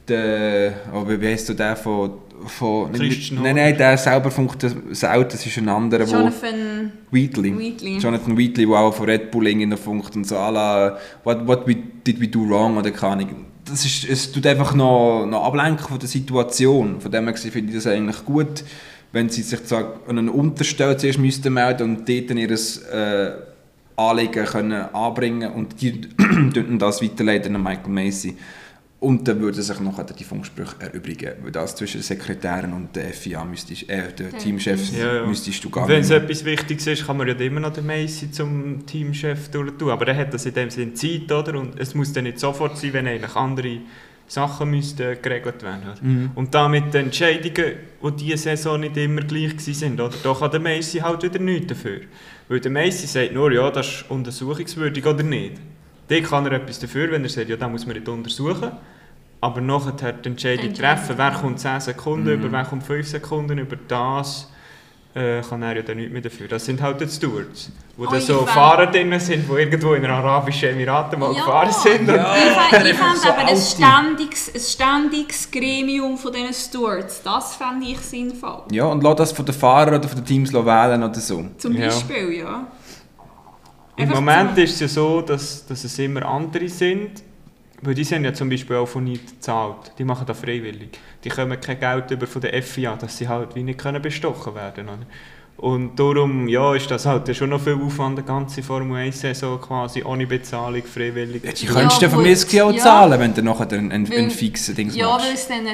wie heisst du der von Nein, der selber funkt das Auto, das ist ein anderer, Jonathan Wheatley. Jonathan Wheatley, der auch von Red Bull noch funkt und so à la «What did we do wrong?» oder keine Ahnung. Es tut einfach noch ablenken von der Situation. Von dem her finde ich das eigentlich gut, wenn sie sich zwar an eine Unterstelle zuerst müssten melden und dort ihr Anliegen können anbringen und die das weiterleiten an Michael Macy. Und dann würden sich nachher die Funksprüche erübrigen, weil das zwischen den Sekretären und der FIA den Teamchefs müsstest du gar nicht. Wenn es etwas Wichtiges ist, kann man ja immer noch den Macy zum Teamchef tun, aber dann hat das in dem Sinne Zeit, oder? Und es muss dann nicht sofort sein, wenn eigentlich andere Sachen müssten geregelt werden. Oder? Mhm. Und damit die Entscheidungen, die diese Saison nicht immer gleich waren, oder? Da kann der Macy halt wieder nichts dafür. Weil der Macy sagt nur, ja, das ist untersuchungswürdig oder nicht. Dann kann er etwas dafür, wenn er sagt, ja, das muss man nicht untersuchen. Aber nachher die Entscheidung treffen, wer kommt 10 Sekunden über, wer kommt 5 Sekunden über, das kann er ja dann nichts mehr dafür. Das sind halt die Stewards, wo dann so Fahrer drin sind, die irgendwo in den Arabischen Emiraten mal gefahren sind. Ja. Ich fand so aber ein ständiges Gremium von diesen Stewards, das fände ich sinnvoll. Ja, und lass das von den Fahrern oder von den Teams wählen oder so. Zum Beispiel, ja. Im Moment ist es ja so, dass es immer andere sind, weil die sind ja zum Beispiel auch von nichts bezahlt. Die machen das freiwillig. Die bekommen kein Geld über von der FIA, dass sie halt wie nicht bestochen werden können. Und darum ist das halt schon noch viel Aufwand, eine ganze Formel 1-Saison quasi ohne Bezahlung, freiwillig. Ja, die könntest du von mir auch zahlen, wenn du nachher ein fixes Ding machst. Ja, weil es dann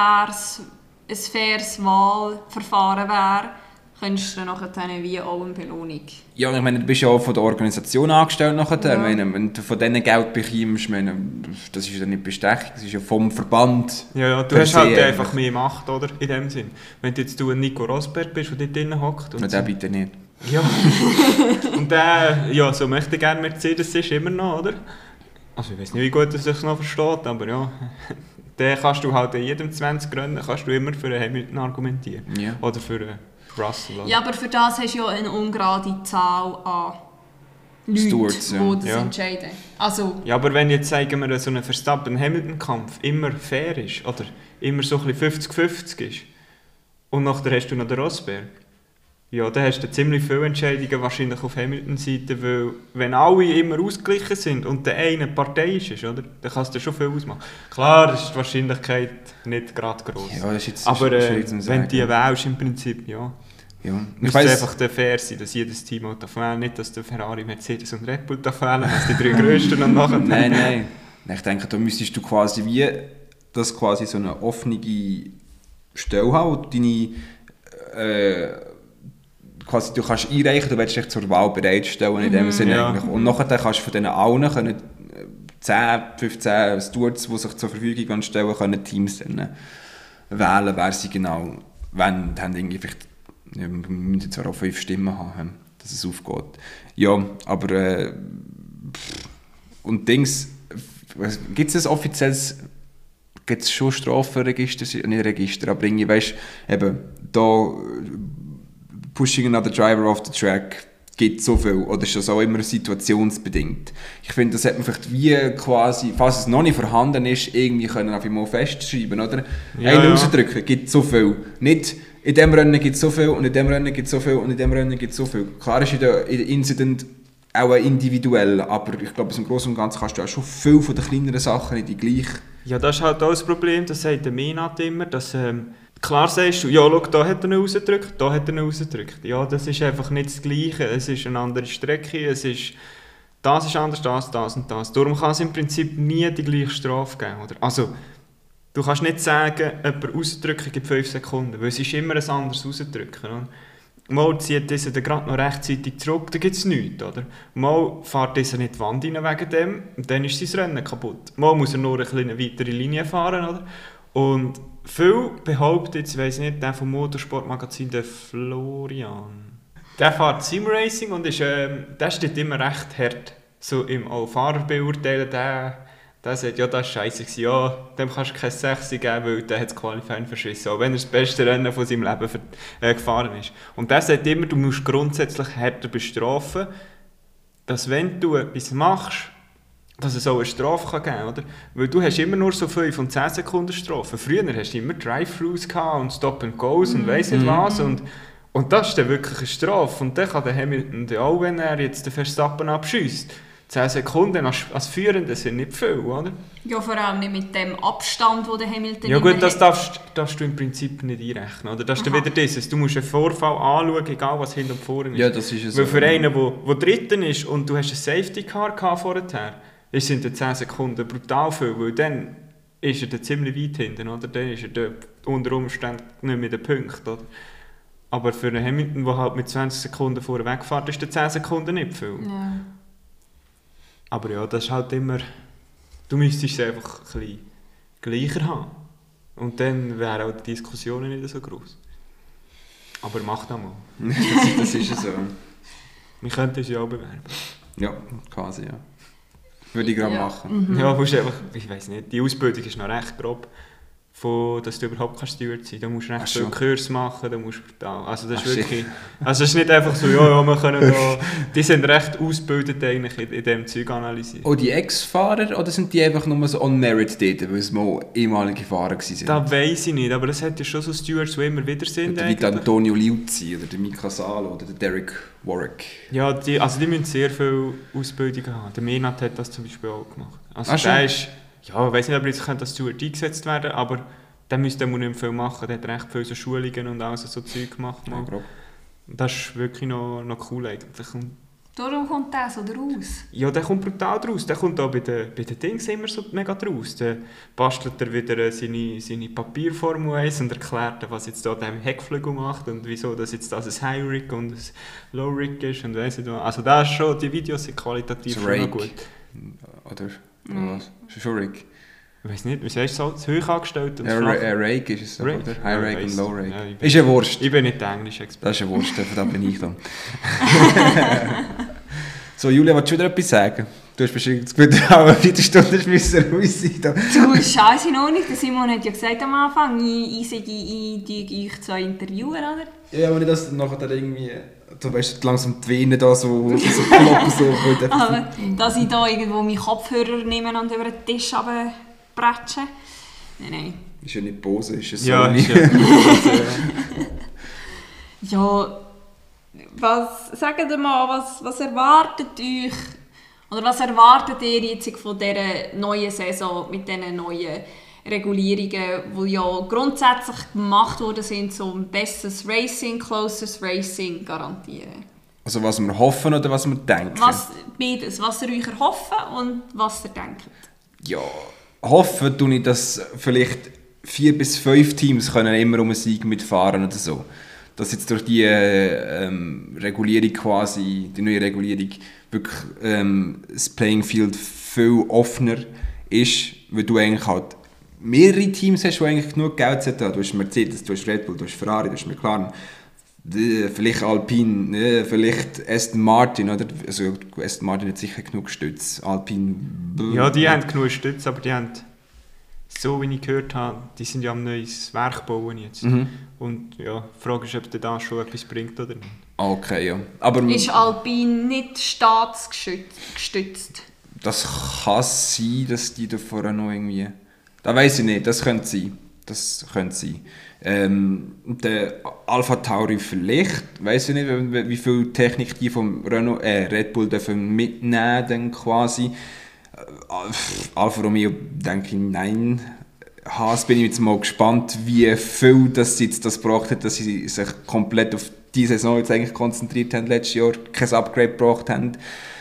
ein faires Wahlverfahren wäre, könntest du nachher wie auch eine Belohnung. Ja, ich meine, du bist ja auch von der Organisation angestellt nachher. Ja. Meine, wenn du von denen Geld bekommst, das ist ja nicht Bestechung, das ist ja vom Verband. Ja, du hast halt einfach mehr Macht, oder? In dem Sinn. Wenn du jetzt ein Nico Rosberg bist, der dort drinnen hockt. Und der bitte nicht. Ja. Und der, so möchte ich gerne Mercedes ist immer noch, oder? Also ich weiß nicht, wie gut er sich noch versteht, aber ja. Den kannst du halt in jedem 20 Rennen kannst du immer für einen Hamilton argumentieren. Ja. Oder für einen Russell. Oder? Ja, aber für das hast du ja eine ungerade Zahl an Leuten, Stewards, die das entscheiden. Also, ja, aber wenn jetzt, sagen wir, so ein Verstappen-Hamilton-Kampf immer fair ist, oder immer so ein bisschen 50-50 ist, und nachher hast du noch den Rosberg, ja, dann hast du ziemlich viele Entscheidungen wahrscheinlich auf Hamilton-Seite, weil wenn alle immer ausgeglichen sind und der eine parteiisch ist, oder, dann kannst du schon viel ausmachen. Klar, ist die Wahrscheinlichkeit nicht gerade gross. Ja, das ist jetzt aber wenn du die wählst im Prinzip, ja. Müsste einfach fair sein, dass jedes Team auch wählen, nicht dass der Ferrari, Mercedes und Red Bull wählen, dass die 3 grössten und nachher... Nein. Ich denke, da müsstest du quasi quasi so eine offene Stelle haben, wo deine... quasi, du kannst einreichen, du willst dich zur Wahl bereitstellen in dem Sinne eigentlich. Und nachher kannst du von diesen allen 10, 15 Stewards, die sich zur Verfügung stellen können, Teams dann wählen, wer sie genau wollen. Die haben irgendwie vielleicht, wir müssen zwar auch 5 Stimmen haben, dass es aufgeht. Ja, aber und Dings, gibt es ein offizielles, gibt es schon Strafenregister, nicht Register, aber irgendwie, weißt du, eben, da Pushing another driver off the track gibt so viel, oder ist das auch immer situationsbedingt? Ich finde, das hat man vielleicht wie quasi, falls es noch nicht vorhanden ist, irgendwie können auf einmal festschreiben, oder? Einen rausdrücken, gibt so viel. Nicht, in diesem Rennen gibt es so viel, und in diesem Rennen gibt es so viel, und in diesem Rennen gibt es so viel. Klar ist in der Incident auch individuell, aber ich glaube, im Großen und Ganzen kannst du auch schon viel von den kleineren Sachen in die gleiche... Ja, das ist halt auch das Problem, das sagt der Minat immer, dass... Klar sagst du, ja, schau, da hat er ihn rausgedrückt, da hat er ihn rausgedrückt. Ja, das ist einfach nicht das Gleiche. Es ist eine andere Strecke, das ist anders, das und das. Darum kann es im Prinzip nie die gleiche Strafe geben. Oder? Also, du kannst nicht sagen, jemand rausdrücken gibt 5 Sekunden, weil es ist immer ein anderes rausdrücken. Oder? mal zieht dieser gerade noch rechtzeitig zurück, dann gibt es nichts, oder? Mal fährt dieser nicht die Wand rein wegen dem, und dann ist sein Rennen kaputt. Mal muss er nur eine kleine weitere Linie fahren, oder? Und viel behauptet, jetzt weiss ich nicht, der vom Motorsportmagazin, der Florian, der fährt Simracing und der steht immer recht hart. So im Fahrer beurteilen, der sagt, ja, das war scheisse, ja, dem kannst du keine 6 geben, weil der hat das Qualifying verschissen, auch wenn er das beste Rennen von seinem Leben gefahren ist. Und der sagt immer, du musst grundsätzlich härter bestrafen, dass wenn du etwas machst, dass es auch eine Strafe geben kann, oder? Weil du hast immer nur so 5 und 10 Sekunden Strafe. Früher hast du immer Drive-Thrus und Stop-and-Goes und weiss nicht was. Und das ist dann wirklich eine Strafe. Und dann kann der Hamilton auch, wenn er jetzt den Verstappen abschießt. 10 Sekunden als Führender sind nicht viel, oder? Ja, vor allem nicht mit dem Abstand, den der Hamilton ja gut, das hat. darfst du im Prinzip nicht einrechnen, oder? Das ist dann wieder dieses. Du musst einen Vorfall anschauen, egal was hinten und vorne ist. Ja, das ist es. Weil für einen, der Dritten ist und du hast ein Safety Car vorher, sind dann 10 Sekunden brutal viel, weil dann ist er dann ziemlich weit hinten, oder? Dann ist er dort unter Umständen nicht mehr der Punkt, oder? Aber für einen Hamilton, der halt mit 20 Sekunden vorher wegfährt, ist dann 10 Sekunden nicht viel. Ja. Aber ja, das ist halt immer... Du müsstest es einfach ein bisschen gleicher haben. Und dann wären auch die Diskussionen nicht so groß. Aber mach das mal. Das ist so. Wir könnten es ja auch bewerben. Ja, quasi, ja. Würde ich gerade machen. Mhm. Ja, musst einfach... Ich weiss nicht, die Ausbildung ist noch recht grob. Dass du überhaupt Steward sein kannst. Da musst du recht viel Kurs machen, da musst du also das ist wirklich... Also es ist nicht einfach so, ja, wir können da... Die sind recht ausgebildet eigentlich in diesem Zeug analysieren. Oh, die Ex-Fahrer, oder sind die einfach nur so on merit dort, weil es mal ehemalige Fahrer waren? Das weiss ich nicht, aber es hat ja schon so Stewards, die immer wieder sind. Oder wie der Antonio Liuzzi, oder der Mika Salo, oder der Derek Warwick. Ja, die müssen sehr viel Ausbildung haben. Der Menat hat das zum Beispiel auch gemacht. Also der ist... Ja, ich weiss nicht, ob jetzt als Steward eingesetzt werden, aber der müsste nicht mehr viel machen. Der hat recht viele so Schulungen und alles so Zeug gemacht. Ja, grob. Das ist wirklich noch cool eigentlich. Und Darum kommt der so raus. ja, der kommt brutal draus. Der kommt auch bei den Dings immer so mega draus. Der bastelt er wieder seine Papierformel 1 und erklärt, was jetzt da der Heckflügel macht und wieso das jetzt das ein High Rig und ein Low Rig ist und weiss nicht was. Also das ist schon, die Videos sind qualitativ schon noch gut. Oder was? Ist schon Rig? Ich weiss nicht, wie heißt es so? Zu hoch angestellt und Rake ist es so, Rake? oder? High Rake Ja, und Low Rake. ja, Ist ja Wurst. Ich bin nicht der Englisch-Experte. Das ist ja Wurst, da bin ich dann. So, Julia, willst du wieder etwas sagen? Du hast bestimmt das Gefühl, auch wieder Stunden müssen raus sein. Du, Scheiße noch nicht. Der Simon hat ja gesagt am Anfang, ich euch zu interviewen, oder? Ja, wenn ich das nachher dann irgendwie... Du weißt, langsam die Venen da so kloppen, so... Aber dass ich da irgendwo meinen Kopfhörer nehme und über den Tisch runterbretsche. Nein. Ist ja nicht Bose, ist es so. Ja, nicht. Ja, sagt ihr mal, was erwartet euch, oder was erwartet ihr jetzt von dieser neuen Saison mit diesen neuen Regulierungen, die ja grundsätzlich gemacht worden sind, um besseres Racing, closest Racing garantieren? Also was wir hoffen oder was wir denken? Beides, was ihr euch erhoffen und was ihr denkt. Ja, hoffen tue ich, dass vielleicht 4 bis 5 Teams können immer um einen Sieg mitfahren oder so. Dass jetzt durch die Regulierung quasi, die neue Regulierung, wirklich das Playing Field viel offener ist, weil du eigentlich halt mehrere Teams hast, die eigentlich genug Geld haben. Du hast Mercedes, du hast Red Bull, du hast Ferrari, du hast McLaren, vielleicht Alpine, vielleicht Aston Martin, oder? Also Aston Martin hat sicher genug Stütz, Alpine... Ja, die haben genug Stütz, aber die haben, so wie ich gehört habe, die sind ja am neues Werk bauen jetzt. Mhm. Und ja, die Frage ist, ob der da schon etwas bringt oder nicht. Okay, ja. Aber ist Alpine nicht staatsgestützt? Das kann sein, dass die da vorher noch irgendwie... Das weiss ich nicht, das könnte sein. Das könnte sein. Der Alpha Tauri vielleicht, weiss ich nicht, wie viel Technik die vom Red Bull dürfen mitnehmen dann quasi. Alfa Romeo denke ich nein. Haas bin ich jetzt mal gespannt, wie viel das sie jetzt das gebracht hat, dass sie sich komplett auf die Saison jetzt eigentlich konzentriert haben, letztes Jahr kein Upgrade gebracht haben.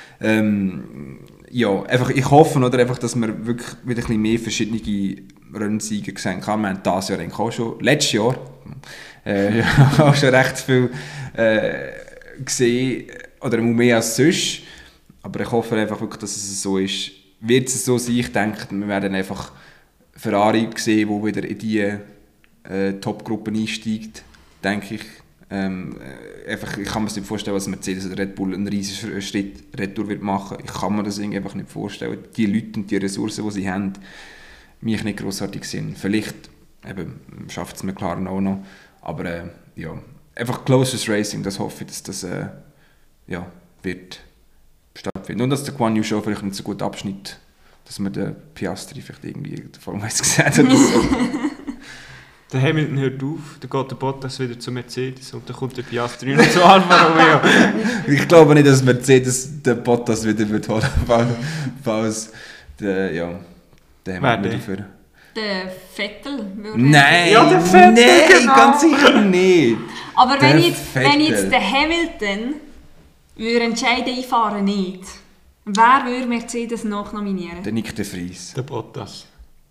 Ja, einfach, ich hoffe, oder, einfach, dass wir wirklich wieder ein bisschen mehr verschiedene Rennsiege gesehen haben. Wir haben dieses Jahr eigentlich auch schon, letztes Jahr, auch schon recht viele gesehen, oder mehr als sonst. Aber ich hoffe einfach wirklich, dass es so ist. Wird es so sein, ich denke, wir werden einfach Ferrari sehen, der wieder in die Top-Gruppen einsteigt, denke ich. Einfach, ich kann mir nicht vorstellen, dass Mercedes oder Red Bull einen riesigen Schritt retour wird machen. Ich kann mir das irgendwie einfach nicht vorstellen. Die Leute und die Ressourcen, die sie haben, mich nicht grossartig sind. Vielleicht schafft es McLaren auch noch. Aber ja, einfach closest Racing, das hoffe ich, dass das wird stattfinden. Und dass der Guan Yu Show vielleicht nicht so gut abschnitt, dass man den Piastri vielleicht irgendwie in der Formel 1 gesehen hat oder so. Der Hamilton hört auf, dann geht der Bottas wieder zu Mercedes und dann kommt der Piastri noch zu Alfa Romeo. Ich glaube nicht, dass Mercedes den Bottas wieder wird holen, falls der Hamilton wieder für... Der Vettel würde... Nein, ja, der Vettel, nein, genau. ganz sicher nicht. Aber Der wenn jetzt Vettel. der Hamilton würde entscheiden einfahren nicht, wer würde Mercedes noch nominieren? Der Nick de Vries. Der Bottas.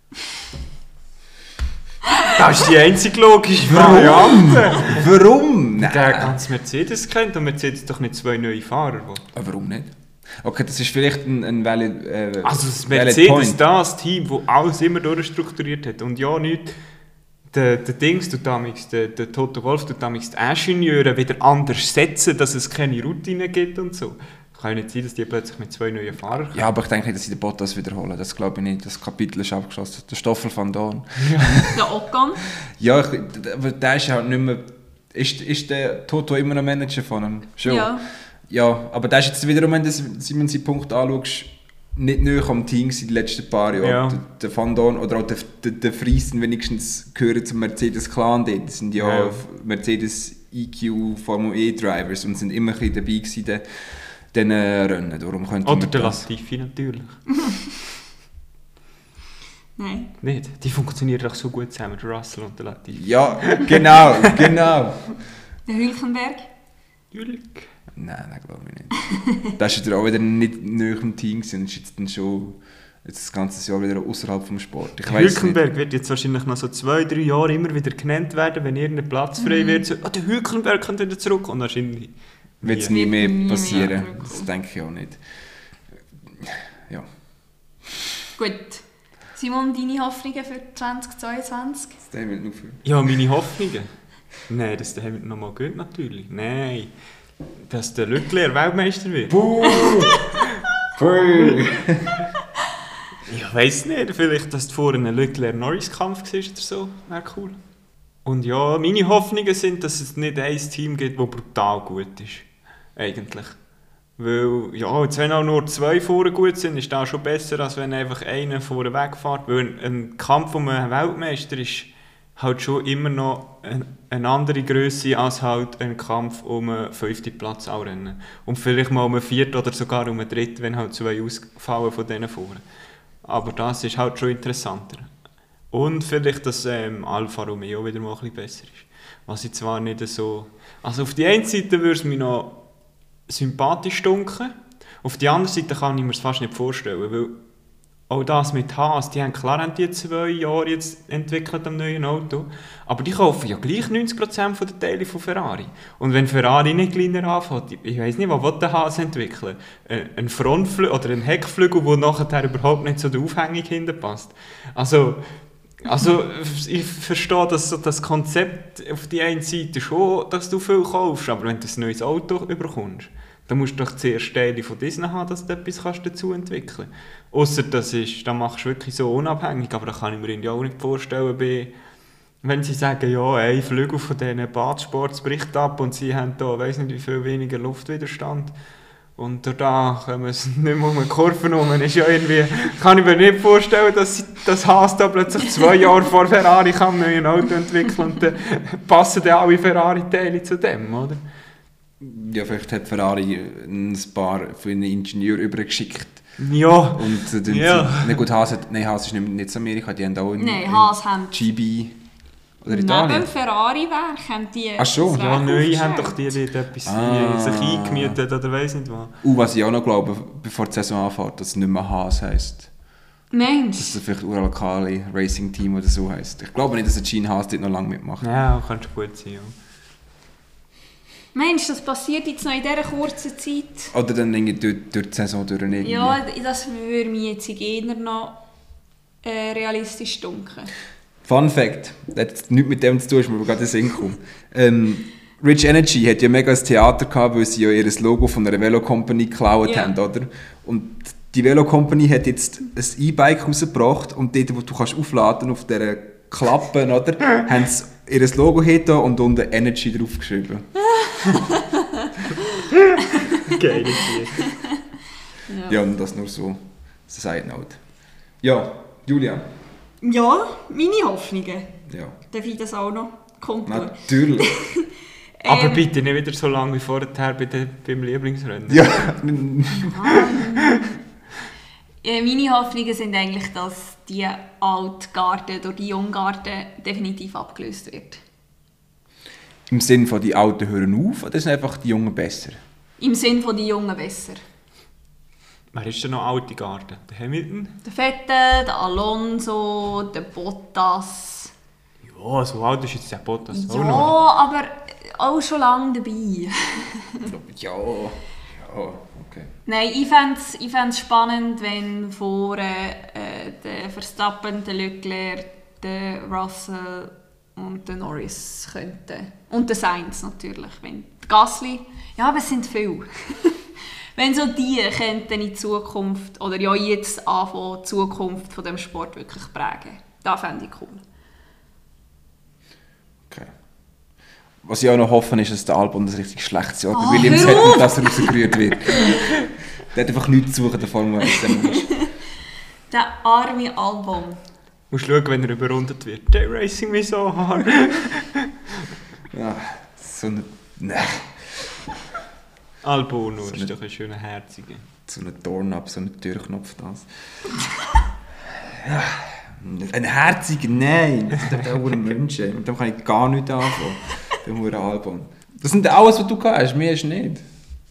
Das ist die einzige logische Variante. Warum? Der Nein. ganz Mercedes kennt und Mercedes doch nicht 2 neue Fahrer. Warum nicht? Okay, das ist vielleicht ein valid, Also das valid Mercedes, point. das Team, das alles immer durchstrukturiert hat. Und ja, nicht der Dings, der Toto Wolff, die Ingenieure wieder anders setzen, dass es keine Routine gibt und so. Kann ja nicht sein, dass die plötzlich mit 2 neuen Fahrern kommen. Ja, aber ich denke nicht, dass sie den Bottas wiederholen. Das glaube ich nicht. Das Kapitel ist abgeschlossen. Der Stoffel van Dorn. Der Ocon? Ja, aber der ist halt nicht mehr... Ist der Toto immer noch Manager von ihm? Schon? Ja. Ja, aber der ist jetzt wiederum, wenn du seinen Punkt anschaust, nicht näher am Team gewesen die letzten paar Jahre. Ja. Der Van Dorn oder auch der Vries wenigstens gehören zum Mercedes-Clan dort. Das sind ja Mercedes EQ Formel E-Drivers und sind immer ein bisschen dabei gewesen, diesen Rennen. Darum könnte Oder man der das... Latifi natürlich. Nein. Nicht? Die funktionieren doch so gut zusammen, der Russell und der Latifi. Ja, genau. Der Hülkenberg? Natürlich. Nein, glaube ich nicht. Das war auch wieder nicht näher am Team gewesen und ist jetzt dann schon das ganze Jahr wieder außerhalb vom Sport. Ich weiss Hülkenberg wird jetzt wahrscheinlich noch so 2-3 Jahre immer wieder genannt werden, wenn irgendein Platz frei wird. So, der Hülkenberg kommt wieder zurück und wahrscheinlich wird es nie mehr Nie mehr passieren. zurückkommen. Das denke ich auch nicht. Ja. Gut. Simon, deine Hoffnungen für 2022? Das haben wir nur für. Ja, meine Hoffnungen. Nein, dass der Hamilton nochmal geht, natürlich. Nein, dass der Leclerc Weltmeister wird. Ich weiss nicht, vielleicht, dass vorher ein Leclerc-Norris-Kampf war oder so. Wäre cool. Und ja, meine Hoffnungen sind, dass es nicht ein Team gibt, das brutal gut ist. Eigentlich. Weil, ja, jetzt wenn auch nur 2 vorne gut sind, ist das schon besser, als wenn einfach einer vorne wegfährt. Weil ein Kampf um einen Weltmeister ist halt schon immer noch eine andere Grösse als halt ein Kampf um einen 5. Platz auch rennen. Und vielleicht mal um einen 4. oder sogar um einen 3., wenn halt 2 ausfallen von denen vorne. Aber das ist halt schon interessanter. Und vielleicht, dass Alfa Romeo wieder mal ein bisschen besser ist. Was ich zwar nicht so... Also auf die eine Seite würde es mich noch sympathisch dunkeln. Auf die andere Seite kann ich mir es fast nicht vorstellen, weil auch das mit Haas, die haben 2 Jahre jetzt entwickelt am neuen Auto, aber die kaufen ja gleich 90% der Teile von Ferrari. Und wenn Ferrari nicht kleiner anfängt, ich weiss nicht, was will der Haas entwickeln? Ein Frontflügel oder ein Heckflügel, der nachher überhaupt nicht zu der Aufhängung hinterpasst. Also ich verstehe das Konzept auf die einen Seite schon, dass du viel kaufst, aber wenn du ein neues Auto bekommst, dann musst du doch zuerst Teile von diesen haben, dass du etwas dazu entwickeln kannst. Ausser dann machst du wirklich so unabhängig, aber da kann ich mir irgendwie auch nicht vorstellen, wenn sie sagen, ja, ein Flügel von diesen Badsports bricht ab und sie haben da, weiss nicht wie viel weniger Luftwiderstand. Und da kommen es nicht mehr um eine Kurve rum. Ist ja irgendwie, kann ich mir nicht vorstellen, dass das Haas da plötzlich 2 Jahre vor Ferrari kann ein neues Auto entwickeln und dann passen dann alle Ferrari-Teile zu dem, oder? Ja, vielleicht hat Ferrari ein paar von den Ingenieuren übergeschickt. Ja. Und dann Ja. Nicht gut, Haas ist nicht in Amerika, die haben auch in Haas haben GB oder neben Italien. dem Ferrari-Werk haben die... Ach so. das Ja, Werk neu haben aufgestellt. doch die nicht etwas Ah. sich eingemietet oder weiss nicht was. Was ich auch noch glaube, bevor die Saison anfängt, dass es nicht mehr Haas heisst. Mensch. Dass es vielleicht ein lokales Racing-Team oder so heisst. Ich glaube nicht, dass der Gene Haas dort noch lange mitmacht. Ja, könnte gut sein, ja. Meinst du, das passiert jetzt noch in dieser kurzen Zeit? Oder dann irgendwie durch die Saison durch irgendwie. Ja, das würde mir jetzt eher noch realistisch dunkeln. Fun Fact, das hat nichts mit dem zu tun, ist mir gerade in den Sinn gekommen. Rich Energy hat ja mega ein Theater gehabt, weil sie ja ihr Logo von einer Velo-Company geklaut haben, oder? Und die Velo-Company hat jetzt ein E-Bike rausgebracht und dort, wo du kannst aufladen auf dieser Klappe, oder, haben sie ihr Logo hinten und unten Energy draufgeschrieben. Geile Idee. Ja, und das nur so. Side Note. Ja, Julia. Ja, meine Hoffnungen. Ja. Darf ich das auch noch kundtun? Natürlich. Aber bitte nicht wieder so lange wie vorher beim Lieblingsrennen. Ja. Meine Hoffnungen sind eigentlich, dass die Altgarde durch die Junggarde definitiv abgelöst wird. Im Sinne von die Alten hören auf, oder sind einfach die Jungen besser? Im Sinne von die Jungen besser. Wer ist denn noch alte Garde? Der Hamilton? Der Vettel, der Alonso, der Bottas. Ja, so alt ist jetzt der Bottas Ja, auch noch. aber auch schon lange dabei. Ja. Okay. Nein, ich fände es spannend, wenn vorne der Verstappen, der Leclerc, der Russell und der Norris könnten. Und der Sainz natürlich. Wenn die Gasly, ja, aber es sind viele. Wenn so die könnten in Zukunft, oder ja jetzt anfangen, die Zukunft von dem Sport wirklich prägen. Das fände ich cool. Okay. Was ich auch noch hoffe, ist, dass der Albon das richtig schlechtes Jahr bei Oh, Williams hör hat auf! und dass er rausgerührt wird. Der hat einfach nichts zu suchen, der Formel 1. Der arme Albon. Du musst schauen, wenn er überrundet wird. They're racing me so hard. Ja, so eine... Nein. Albono So ist nicht. doch ein schöner Herziger. So ein Dorn-Up, so ein Türknopf das. Ja, ein herziger, nein. Das sind auch Menschen. Mit dem kann ich gar nichts anfangen. Der Hure Albon. Das sind alles, was du hast, mehr ist nicht.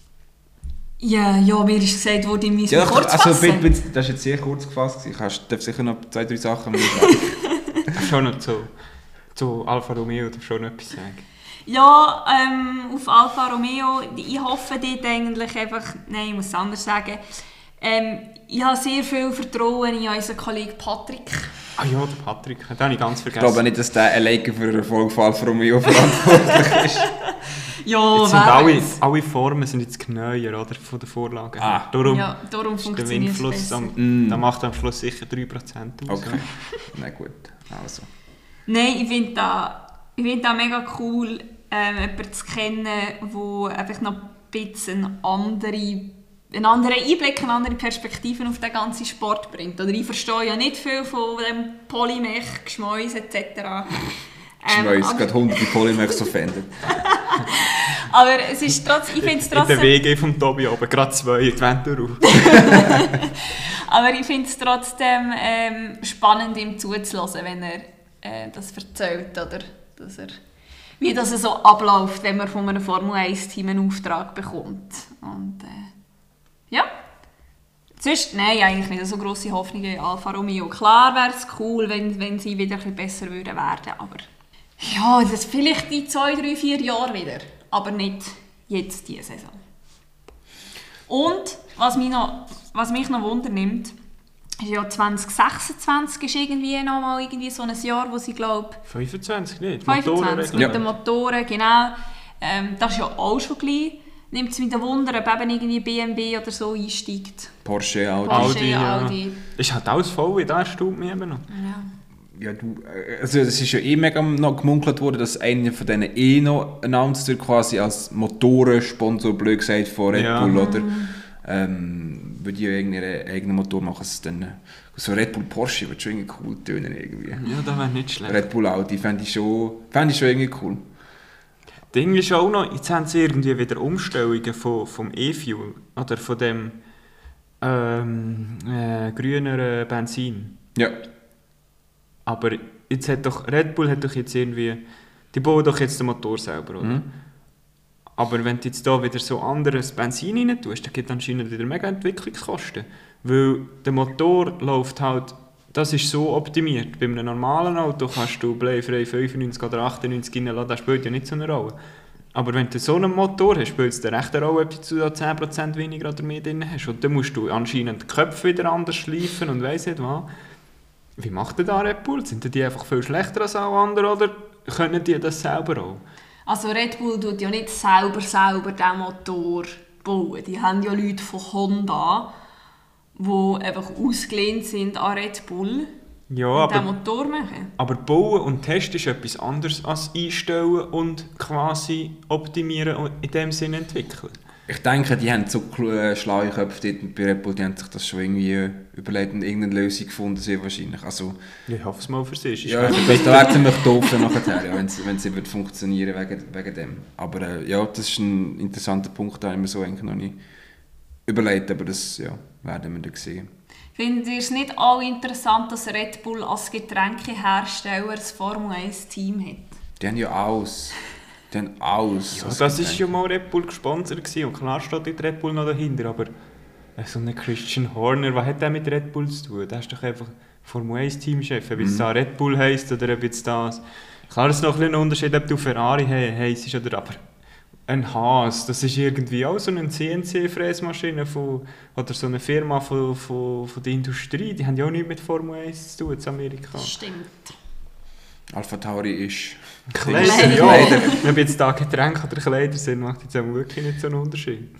Ja, mir ist gesagt worden, ich muss Ja, mich kurz fassen. das war jetzt sehr kurz gefasst. Ich darf sicher noch 2-3 Sachen mehr sagen. Schon noch zu Alfa Romeo darf schon noch etwas sagen. Ja, auf Alfa Romeo, ich hoffe dort eigentlich einfach, nein, ich muss es anders sagen, ich habe sehr viel Vertrauen in unseren Kollegen Patrick. Ah ja, der Patrick, den habe ich ganz Ich vergessen. glaube nicht, dass der alleine für den Erfolg von Alfa Romeo verantwortlich ist. Ja, Jetzt sind wer weiss. alle Formen sind jetzt genauer, oder, von der Vorlage. Ah. Darum Ja, darum ist der funktioniert es Windfluss, besser. der macht am Schluss sicher 3% aus. Okay, na gut. Also. Nein, ich finde das mega cool, jemanden zu kennen, der einfach noch ein bisschen einen anderen Einblick, eine andere Perspektive auf den ganzen Sport bringt. Oder ich verstehe ja nicht viel von dem Polymech, Geschmäus etc. Geschmäus, gerade hunderte Polymers offended. Aber es ist trotzdem, ich finde es In der trotzdem... WG vom Tobi oben, gerade 2 in die Wände rauf. Aber ich finde es trotzdem spannend, ihm zuzuhören, wenn er das erzählt, oder wie das so abläuft, wenn man von einem Formel-1-Team einen Auftrag bekommt. Und ja, sonst, nein, eigentlich nicht so grosse Hoffnungen in Alfa Romeo. Klar wäre es cool, wenn sie wieder ein bisschen besser werden würden, aber ja, das vielleicht in 2, 3, 4 Jahren wieder, aber nicht jetzt diese Saison. Und was mich noch wundernimmt, ist ja 2026 ist irgendwie noch mal so ein Jahr, wo sie, glaube 25 nicht? 25 mit Ja. den Motoren, genau. Das ist ja auch schon gleich. Nimmt es mit dem Wunder, ob eben irgendwie BMW oder so einsteigt. Porsche, Audi. Porsche, ja. Audi. Ist halt alles voll, das erstaunt mich eben noch. Ja. Ja, also es ist ja mega noch gemunkelt worden, dass einer von denen noch announced wird, quasi als Motorensponsor, blöd gesagt, von Red Ja. Bull, oder? Würde ich ja irgendeinen eigenen Motor machen, es dann so Red Bull Porsche würde schon irgendwie cool tönen irgendwie. Ja, das wäre nicht schlecht. Red Bull Audi fände ich schon irgendwie cool. Ding ist auch noch, jetzt haben sie irgendwie wieder Umstellungen vom E-Fuel, oder von dem grüneren Benzin. Ja. Aber jetzt Red Bull hat doch jetzt irgendwie, die bauen doch jetzt den Motor selber, oder? Mhm. Aber wenn du jetzt da wieder so anderes Benzin rein tust, dann gibt es anscheinend wieder mega Entwicklungskosten. Weil der Motor läuft halt, das ist so optimiert. Bei einem normalen Auto kannst du bleifrei 95 oder 98 reinladen, das spielt ja nicht so eine Rolle. Aber wenn du so einen Motor hast, spielt es dir echt eine Rolle, ob du da 10% weniger oder mehr drin hast. Und dann musst du anscheinend die Köpfe wieder anders schleifen und weiss nicht was. Wie macht denn da Red Bull? Sind die einfach viel schlechter als alle anderen oder können die das selber auch? Also Red Bull tut ja nicht selber diesen Motor bauen. Die haben ja Leute von Honda, die einfach ausgelehnt sind an Red Bull. Ja, und den Motor machen. Aber bauen und testen ist etwas anderes als einstellen und quasi optimieren und in dem Sinne entwickeln. Ich denke, die haben so schlaue Köpfe dort bei Red Bull, die haben sich das schon irgendwie überlegt und irgendeine Lösung gefunden, sehr wahrscheinlich. Also, ich hoffe es mal für sie. Ja, da wäre es ziemlich doof nachher, ja, wenn es funktionieren wegen dem. Aber ja, das ist ein interessanter Punkt, den ich mir so eigentlich noch nicht überlegt, aber das werden wir dann sehen. Findet ihr es nicht auch interessant, dass Red Bull als Getränkehersteller ein Formel 1-Team hat? Die haben ja alles. Ja, das war ja mal Red Bull gesponsert und klar steht die Red Bull noch dahinter, aber so ein Christian Horner, was hat der mit Red Bull zu tun? Der ist doch einfach Formel 1-Teamchef, ob es da Red Bull heisst oder ob jetzt das... Klar, es ist noch ein Unterschied, ob du Ferrari heisst oder aber ein Haas, das ist irgendwie auch so eine CNC-Fräsmaschine oder so eine Firma von der Industrie, die haben ja auch nichts mit Formel 1 zu tun in Amerika. Stimmt. Alpha Tauri ist... Kleider, ja. Ob jetzt da Getränke oder Kleider sind, macht jetzt auch wirklich nicht so einen Unterschied.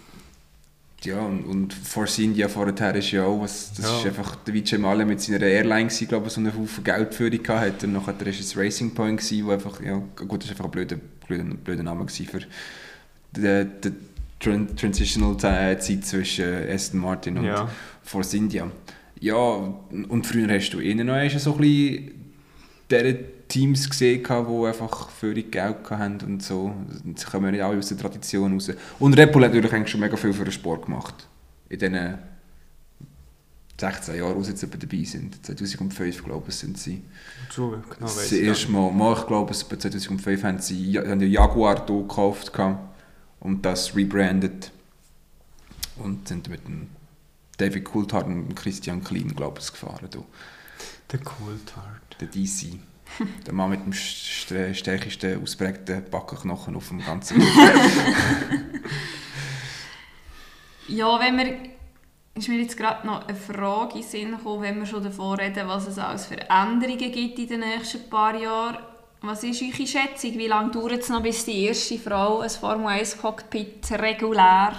Ja, und Force India vorher ist ja auch, ist einfach der Vijay Mallya mit seiner Airline gewesen, glaube ich, so einen Haufen Geldführung hatte. Und nachher war es Racing Point gewesen, wo einfach, ja gut, das war einfach ein blöder Name für die Transitional Zeit zwischen Aston Martin und Force India. Ja, und früher hast du innen noch so ein bisschen diese Teams gesehen, die einfach völlig Geld hatten und so. Sie kommen ja nicht alle aus der Tradition raus. Und Red Bull hat natürlich eigentlich schon mega viel für den Sport gemacht. In diesen 16 Jahren, wo sie jetzt dabei sind. 2005, glaube ich, sind sie. So, genau, das erste Mal, ich glaube, 2005 haben sie den Jaguar hier gekauft und das rebrandet. Und sind mit dem David Coulthard und Christian Klein, glaube ich, gefahren. Hier. Der Coulthard. Der DC. Der Mann mit dem stärksten ausprägten Backenknochen auf dem ganzen Ja, ist mir jetzt gerade noch eine Frage in den Sinn gekommen, wenn wir schon davon reden, was es alles für Änderungen gibt in den nächsten paar Jahren. Was ist eure Schätzung? Wie lange dauert es noch, bis die erste Frau ein Formel 1 Cockpit regulär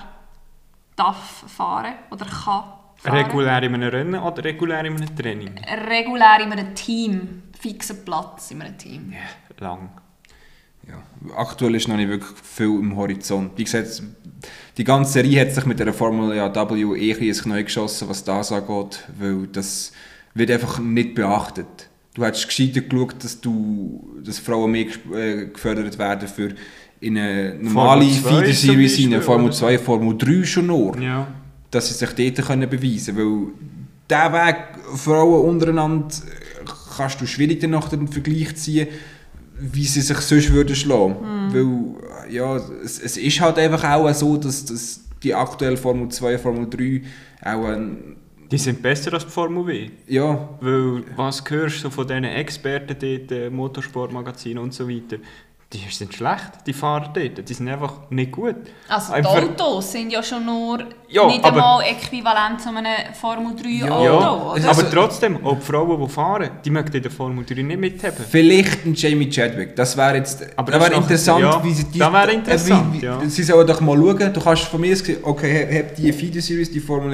darf fahren oder kann fahren? Regulär in einem Rennen oder regulär in einem Training? Regulär in einem Team. Fixen Platz in einem Team. Ja, lang. Ja, aktuell ist noch nicht wirklich viel im Horizont. Wie gesagt, die ganze Serie hat sich mit der Formel W ein Knie geschossen, was das angeht, weil das wird einfach nicht beachtet. Du hättest gescheiter geschaut, dass Frauen mehr gefördert werden für in eine normale Feeder-Series, in eine Formel 2, Formel 3 schon nur. Ja. Dass sie sich dort beweisen können. Weil diesen Weg, Frauen untereinander, kannst du schwierig danach den Vergleich ziehen, wie sie sich sonst würden schlagen. Weil ja, es ist halt einfach auch so, dass die aktuelle Formel 2, Formel 3 auch die sind besser als die Formel W. Ja. Weil, was hörst du von diesen Experten dort, Motorsportmagazinen und so weiter, die sind schlecht, die Fahrer dort, die sind einfach nicht gut. Also die Autos sind ja schon nur nicht einmal äquivalent zu einem Formel 3 Auto. Ja, aber trotzdem, auch die Frauen, die fahren, die möchten in der Formel 3 nicht mithaben. Vielleicht ein Jamie Chadwick, das wäre jetzt interessant, wie sie die... Das wäre interessant, Sie sollen doch mal schauen, du kannst von mir sagen, okay, hab die Feeder-Series, die Formel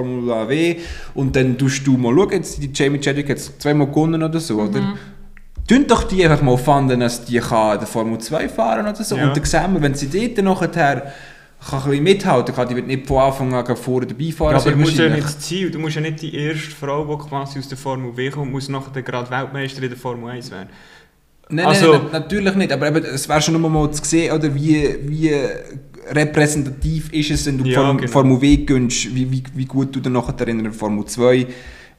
W, und dann tust du mal schauen, jetzt die Jamie Chadwick hat 2-mal gewonnen oder so, oder? Tun doch die einfach mal fanden, dass die kann der Formel 2 fahren oder so. Ja. Und dann sehen wir, wenn sie dort nachher ein bisschen mithalten kann, die wird nicht von Anfang an vorne dabei fahren. Ja, aber du musst ja nicht das Ziel, du musst ja nicht die erste Frau, die quasi aus der Formel W kommt, muss nachher gerade Weltmeister in der Formel 1 werden. Nein, natürlich nicht, aber eben, es wäre schon mal zu sehen, oder wie repräsentativ ist es, wenn du Formel W gönnst, wie gut du dann nachher in der Formel 2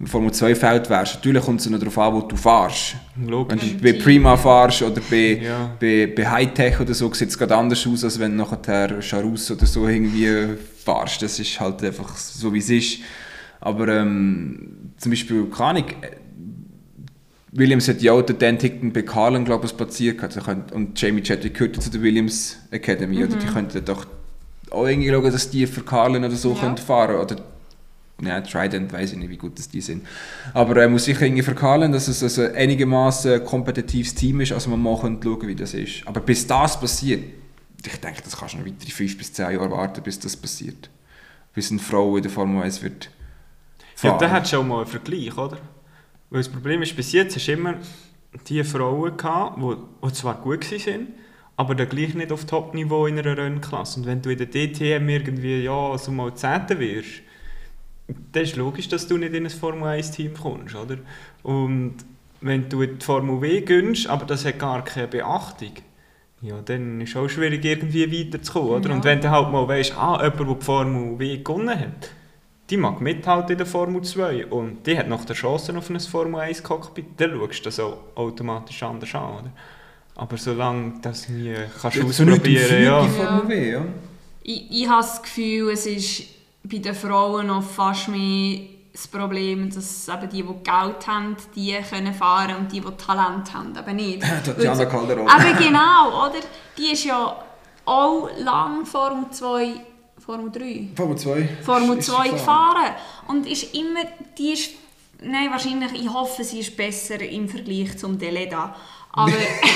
Feld wärst. Natürlich kommt es noch darauf an, wo du fährst. Logisch. Wenn du bei Prima fährst oder bei Hightech oder so, sieht es gerade anders aus, als wenn du nachher Charus oder so irgendwie fährst. Das ist halt einfach so, wie es ist. Aber zum Beispiel, keine Ahnung, Williams hat ja auch den Dan Tickton bei Carlin, glaube ich, platziert. Und Jamie Chadwick gehört zu der Williams Academy. Oder die könnten doch auch irgendwie schauen, dass die für Carlin oder so können fahren. Oder ja, Trident, weiß ich nicht, wie gut das die sind. Aber er muss sicher irgendwie für Carlin, dass es also einigermaßen ein kompetitives Team ist, also man mal schauen, wie das ist. Aber bis das passiert, ich denke, das kannst du noch weitere 5 bis 10 Jahre warten, bis das passiert. Bis eine Frau in der Formel 1 wird fahren. Ja, da hat schon mal einen Vergleich, oder? Weil das Problem ist, bis jetzt hast du immer die Frauen gehabt, die zwar gut waren, aber dann gleich nicht auf Top-Niveau in einer Rennklasse. Und wenn du in der DTM irgendwie so mal 10. wirst, dann ist logisch, dass du nicht in ein Formel-1-Team kommst, oder? Und wenn du in die Formel W gönnst, aber das hat gar keine Beachtung, ja, dann ist es auch schwierig, irgendwie weiterzukommen, oder? Ja. Und wenn du halt mal weisst, jemand, der die Formel W gewonnen hat, die mag mithalten in der Formel 2 und die hat noch die Chance auf ein Formel 1 Cockpit, dann schaust du das auch automatisch anders an, oder? Aber solange das nie kannst ausprobieren, ja. Formel W, ja. Ich habe das Gefühl, es ist bei den Frauen noch fast mehr das Problem, dass eben die Geld haben, die können fahren und die Talent haben, eben nicht. Tatjana Calderon. Aber genau, oder? Die ist ja auch lang Formel 3 gefahren. Und ist immer, die ist, nein, wahrscheinlich, ich hoffe, sie ist besser im Vergleich zum Deleda. Aber,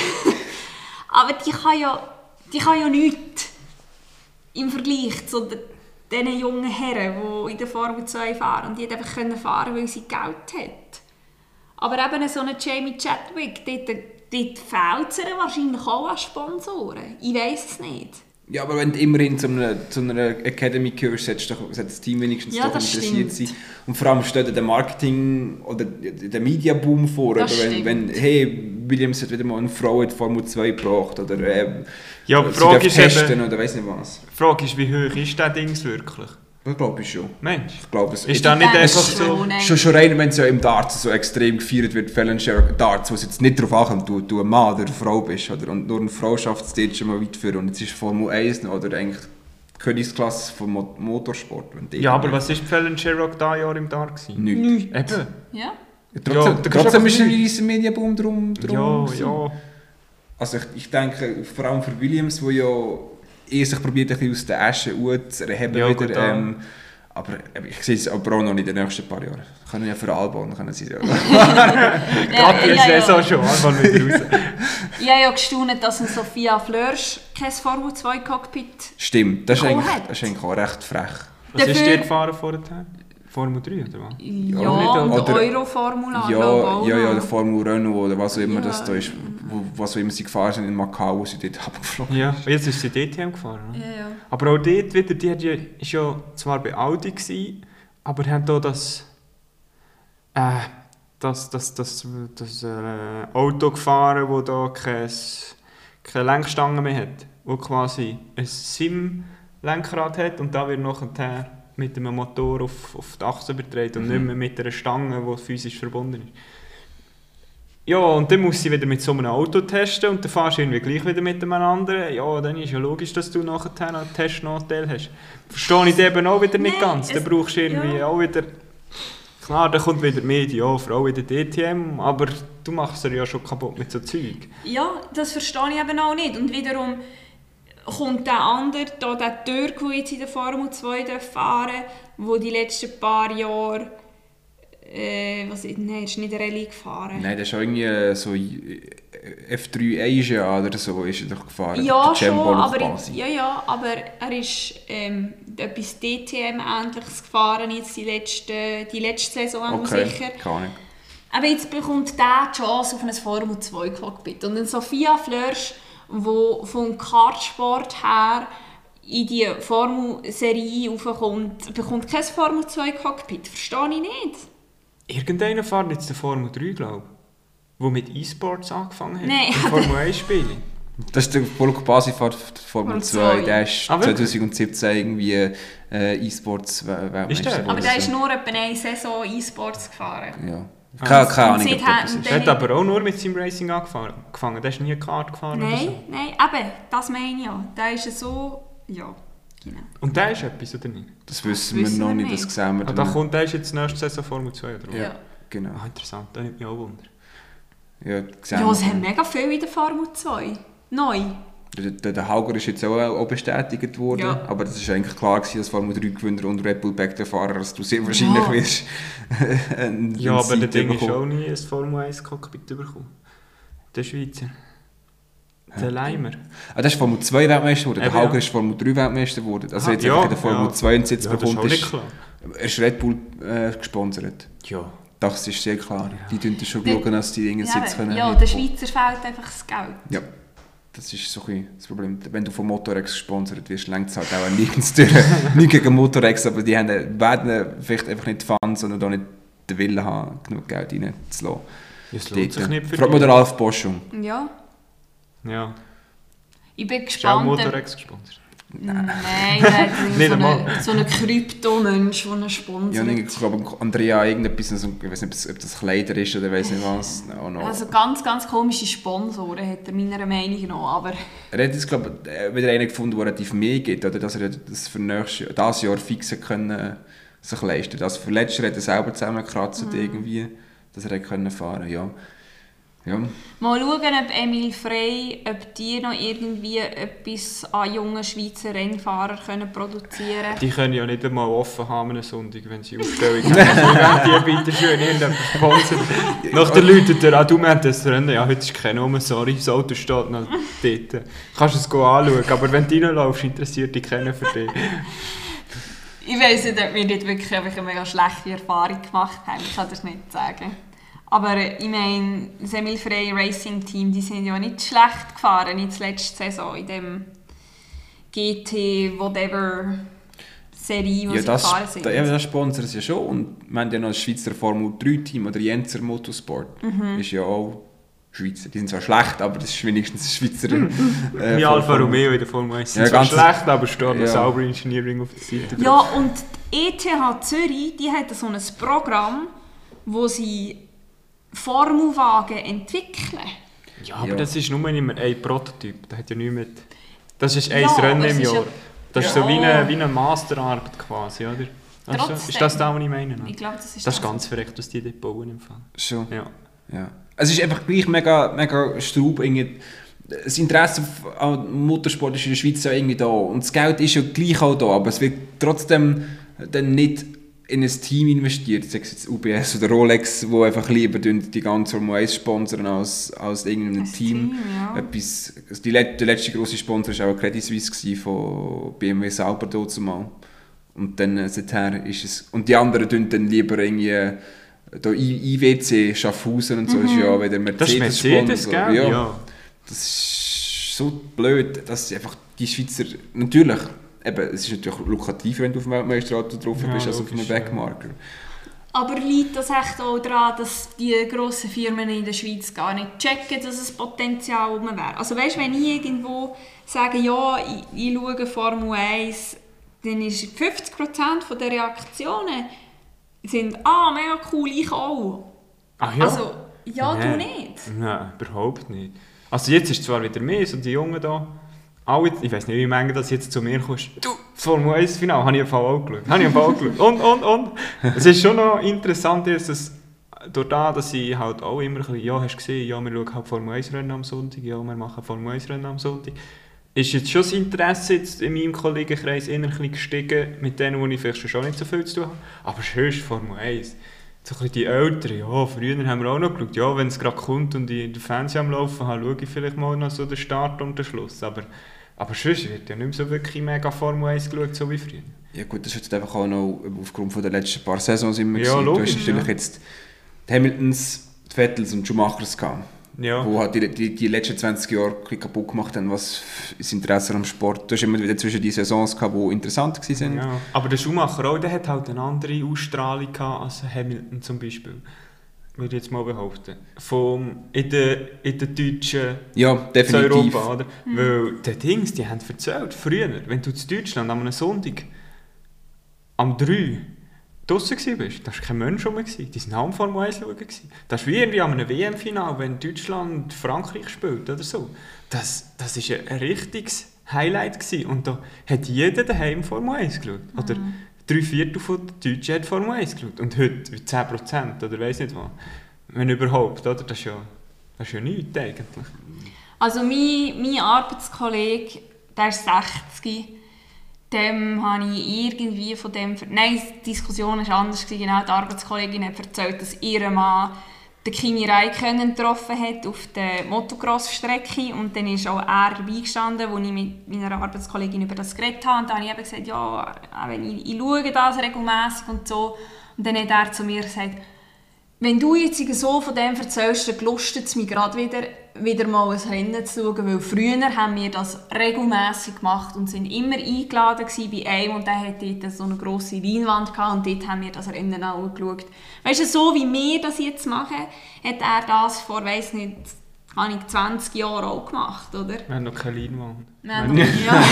aber die kann ja nichts im Vergleich zu diesen jungen Herren, die in der Formel 2 fahren. Und die hat einfach fahren, weil sie Geld hat. Aber eben so eine Jamie Chadwick, dort fehlt es ihr wahrscheinlich auch an Sponsoren. Ich weiss es nicht. Ja, aber wenn du immerhin zu einer Academy gehörst, sollte das Team wenigstens doch interessiert sein. Und vor allem steht der Marketing oder der Mediaboom vor. Oder wenn Williams hat wieder mal eine Frau in die Formel 2 gebracht oder die Frage ist testen oder weiss nicht was. Die Frage ist, wie hoch ist das Ding wirklich? Das glaube ich schon. Mensch, ich glaube, es ist das nicht einfach so? Schon rein, wenn es ja im Darts so extrem gefeiert wird, Fallon-Share Darts, wo es jetzt nicht darauf ankommt, du ein Mann oder eine Frau bist. Oder? Und nur eine Frau schafft es dort schon mal weit vor. Und jetzt ist Formel 1 oder eigentlich die Königsklasse vom Motorsport. Ja, aber was war Fallon-Share dieses Jahr im Dart? Nichts. Eben. Ja. Trotzdem ist ein riesen Mediaboom drum. Ja. Also ich denke, vor allem für Williams, wo ja sich probiert, ein bisschen aus der Asche zu erheben wieder. Aber ich sehe es aber auch noch in den nächsten paar Jahren. Können ja für Albon, können sie ja. Gerade in der Saison schon, Albon wieder raus. Ich habe ja gestaunt, dass Sophia Flörsch kein Formel 2 Cockpit Stimmt, das ist eigentlich auch recht frech. Was ist die gefahren vorher? Formel 3 oder was? Ja, und Euro-Formula. Ja, der Formel Renault oder was auch immer das da ist. Was auch immer sie gefahren sind in Macau, wo sie dort abgeflogen. Ja, jetzt ist sie DTM gefahren. Ne? Ja. Aber auch dort wieder, die war ja zwar bei Audi gewesen, aber haben da das Auto gefahren, das da keine Lenkstange mehr hat. Wo quasi ein Sim-Lenkrad hat und da wird nachher mit einem Motor auf die Achse übertragen und nicht mehr mit einer Stange, die physisch verbunden ist. Ja, und dann muss sie wieder mit so einem Auto testen und dann fährst du irgendwie gleich wieder mit einem anderen. Ja, dann ist ja logisch, dass du nachher einen Testnachteil hast. Verstehe ich eben auch wieder nicht ganz. Dann brauchst du irgendwie auch wieder... Klar, dann kommt wieder Medien, Frau in der DTM, aber du machst sie ja schon kaputt mit so Zeug. Ja, das verstehe ich eben auch nicht. Und wiederum kommt der andere, der Türk, der jetzt in der Formel 2 fahren darf, der die letzten paar Jahre... nein, er ist nicht Rallye gefahren. Nein, der ist auch irgendwie so F3 Asia oder so ist er doch gefahren. Ja, schon, aber er ist etwas DTM-ähnliches gefahren, jetzt die letzte Saison sicher. Kann ich. Aber jetzt bekommt der die Chance auf ein Formel 2 Cockpit. Und dann Sophia Flörsch, die vom Kartsport her in die Formel-Serie raufkommt, bekommt kein Formel 2 Cockpit. Verstehe ich nicht. Irgendeiner fährt jetzt der Formel 3, glaube ich, der mit E-Sports angefangen hat. Nein. Formel 1 Spiele. Das ist der Volk Basifahrt Formel 2. Der ist 2017 irgendwie E-Sports Weltmeister. Aber der ist nur etwa eine Saison E-Sports gefahren. Ja. Keine Ahnung, ob das ist. Er hat aber auch nur mit seinem Racing angefangen. Der ist nie Kart gefahren. Nein, eben, das meine ich ja. Der ist so, ja. Genau. Und der ist etwas, oder nicht? Das wissen wir noch nicht, das sehen wir dann. Der ist jetzt nächste Saison Formel 2, oder? Ja, genau. Interessant, das nimmt mich auch Wunder. Ja, gesehen. Ja, es haben mega viel in der Formel 2. Neu. Der Hauger ist jetzt auch bestätigt worden, Ja. aber das war eigentlich klar gewesen, dass Formel 3 Gewinner und Red Bull Back-Fahrer, dass du sehr wahrscheinlich wirst. Ja, aber der Ding ist auch nie ein Formel 1 Cockpit bekommen. Der Schweizer. Der Leimer. Das ist Formel 2 Weltmeister geworden, der Eben, Hauger ja. ist Formel 3 Weltmeister geworden. Also jetzt Ja, einfach in der Formel 2 einen Sitz Ja, das ist bekommt, auch nicht klar. er ist Red Bull gesponsert. Ja. Das ist sehr klar. Ja. Die tun das schon schauen, dass die Dinge Sitz können. Ja, der Schweizer fehlt einfach das Geld. Ja, das ist so ein bisschen das Problem. Wenn du von Motorex gesponsert wirst, längt es halt auch nirgends durch. Nicht gegen Motorex, aber die werden vielleicht einfach nicht die Fans, sondern auch nicht den Willen haben, genug Geld reinzulassen. Es lohnt sich nicht für Frag mal den Ralf Boschung. Ja. Ja. Ich bin Ist auch gespannt. Motorex gesponsert? Nein, der hat Nicht so einmal. einen so Krypto-Mensch, der einen sponsert. Ja, ich glaube, Andrea irgendetwas, also, ich weiß nicht, ob das Kleider ist oder weiß nicht was. No. Also ganz, ganz komische Sponsoren hat er meiner Meinung nach, aber Er hat jetzt, glaube ich, wieder einen gefunden, der relativ mehr gibt, oder? Dass er das für dieses Jahr fix können, sich leisten konnte. Das für letztes Jahr hat er selber zusammengekratzt, irgendwie, dass er fahren konnte, ja. Ja. mal schauen, ob Emil Frey, ob die noch irgendwie etwas an jungen Schweizer Rennfahrern können produzieren können. Die können ja nicht einmal offen haben am Sonntag, wenn sie Aufstellung haben. Also, wenn die bitte schön irgendetwas sponsern. Nachher läutet der du meinst das Rennen, ja, heute ist kein Nummer, sorry, das Auto steht noch dort. Kannst du es anschauen, aber wenn du reinläufst, interessiert dich keiner für dich. Ich weiss nicht, ob wir nicht wirklich einfach eine mega schlechte Erfahrung gemacht haben, ich kann das nicht sagen. Aber ich meine, das Emil Frey Racing Team, die sind ja nicht schlecht gefahren in der letzten Saison, in dem GT whatever Serie, die Ja, sie gefahren das, sind. das sponsern sie ja schon. Und wir haben ja noch das Schweizer Formel 3 Team oder Jenzer Motorsport. Ist ja auch Schweizer. Die sind zwar schlecht, aber das ist wenigstens ein Schweizer. Wie Alfa Romeo in der Formel 1. Ja, Sind zwar ganz- schlecht, aber steht noch Ja. sauber Engineering auf der Seite. Ja, und die ETH Zürich, die hat so ein Programm, wo sie Formelwagen entwickeln. Ja, aber Ja. das ist nur immer ein Prototyp. Das hat ja nichts mit... Das ist ein Ja, Rennen aber es im ist Jahr. ja- Das ist Ja. so wie eine Masterarbeit quasi, oder? Trotzdem. Ist das was ich meine? Ich glaube, das ist Das ist ganz verrückt, was die dort bauen im Fall. Schon. Ja. Ja. Es ist einfach gleich mega Straub. Das Interesse an Motorsport ist in der Schweiz ja irgendwie da. Und das Geld ist ja gleich auch da, aber es wird trotzdem dann nicht in ein Team investiert, sei es jetzt UBS oder Rolex, wo einfach lieber die ganze Formel 1 sponsern als irgendein Ein Team. ja. Etwas, also der letzte grosse Sponsor war auch Credit Suisse gewesen, von BMW selber dort mal. Und dann seither ist es... Und die anderen tun dann lieber irgendwie... Da IWC, Schaffhausen und so, ist ja wieder Das ist Mercedes, Sponsor. gell? Ja. Das ist so blöd, dass einfach die Schweizer... Natürlich, eben, es ist natürlich lukrativer, wenn du auf dem Weltmeisterauto drauf Ja, bist, als auf einem logisch, ja. Backmarker. Aber liegt das echt auch daran, dass die grossen Firmen in der Schweiz gar nicht checken, dass es Potenzial rum wäre? Also weißt, wenn ich irgendwo sage, ja, ich schaue Formel 1, dann ist 50% der Reaktionen sind mega cool, ich auch. Ach ja? Also, ja, du Nein. nicht. Nein, überhaupt nicht. Also jetzt ist zwar wieder mehr, so die Jungen da. Alle, ich weiß nicht, wie manche das jetzt zu mir kommst. Du, das Formel 1 Finale, habe ich im Fall auch geschaut. Und. Es ist schon noch interessant, dass durch das, dass ich halt auch immer ein bisschen, ja, hast du gesehen, ja, wir schauen halt Formel 1 Rennen am Sonntag, ja, wir machen Formel 1 Rennen am Sonntag. Ist jetzt schon das Interesse jetzt in meinem Kollegenkreis eher ein bisschen gestiegen, mit denen, wo ich vielleicht schon nicht so viel zu tun habe. Aber sonst Formel 1. So ein bisschen die Älteren, ja, früher haben wir auch noch geschaut, ja, wenn es gerade kommt und ich den Fernseher am Laufen habe, schaue ich vielleicht mal noch so den Start und den Schluss. Aber sonst wird ja nicht mehr so wirklich mega Formel 1 geschaut, so wie früher. Ja gut, das ist jetzt einfach auch noch aufgrund der letzten paar Saisons immer Ja, gewesen. logisch, Du hast natürlich ja. jetzt die Hamiltons, die Vettels und die Schumachers gehabt. Ja. Die halt die letzten 20 Jahre ein bisschen kaputt gemacht haben, was das Interesse am Sport. Du hast immer wieder zwischen die Saisons gehabt, die interessant waren. Ja. Aber der Schumacher auch, der hat halt eine andere Ausstrahlung gehabt als Hamilton zum Beispiel. Würde ich jetzt mal behaupten. In den deutschen Ja, zu definitiv. Europa, oder? Weil die Dings, die haben erzählt, früher, wenn du in Deutschland am Sonntag am 3 draussen warst, da war kein Mensch rum. Die waren am Formel 1 schauen. Das ist wie irgendwie an einem WM-Final, wenn Deutschland Frankreich spielt oder so. Das war ein richtiges Highlight gewesen. Und da hat jeder daheim Formel 1 geschaut. Oder 3/4 der Deutschen hat Formel 1 geschaut. Und heute 10% oder weiss nicht was. Wenn überhaupt, oder? Das ist Das ist ja nichts eigentlich. Also mein Arbeitskollege, der ist 60, dem habe ich irgendwie von dem... Nein, die Diskussion war anders. Genau, die Arbeitskollegin hat erzählt, dass ihr Mann den Kimi Räikkönen getroffen hat auf der Motocross-Strecke. Und dann ist auch er dabei gestanden, als ich mit meiner Arbeitskollegin über das geredet habe. Und dann habe ich eben gesagt, ja, ich schaue das regelmässig und so. Und dann hat er zu mir gesagt, wenn du jetzt so von dem erzählst, dann gelustet es mich gerade wieder mal ein Rennen zu schauen, weil früher haben wir das regelmässig gemacht und sind immer eingeladen bei einem und der hatte dort so eine grosse Leinwand gehabt und dort haben wir das Rennen auch geschaut. Weißt du, so wie wir das jetzt machen, hat er das vor, weiss nicht, 20 Jahren auch gemacht, oder? Wir haben noch keine Leinwand. Ja.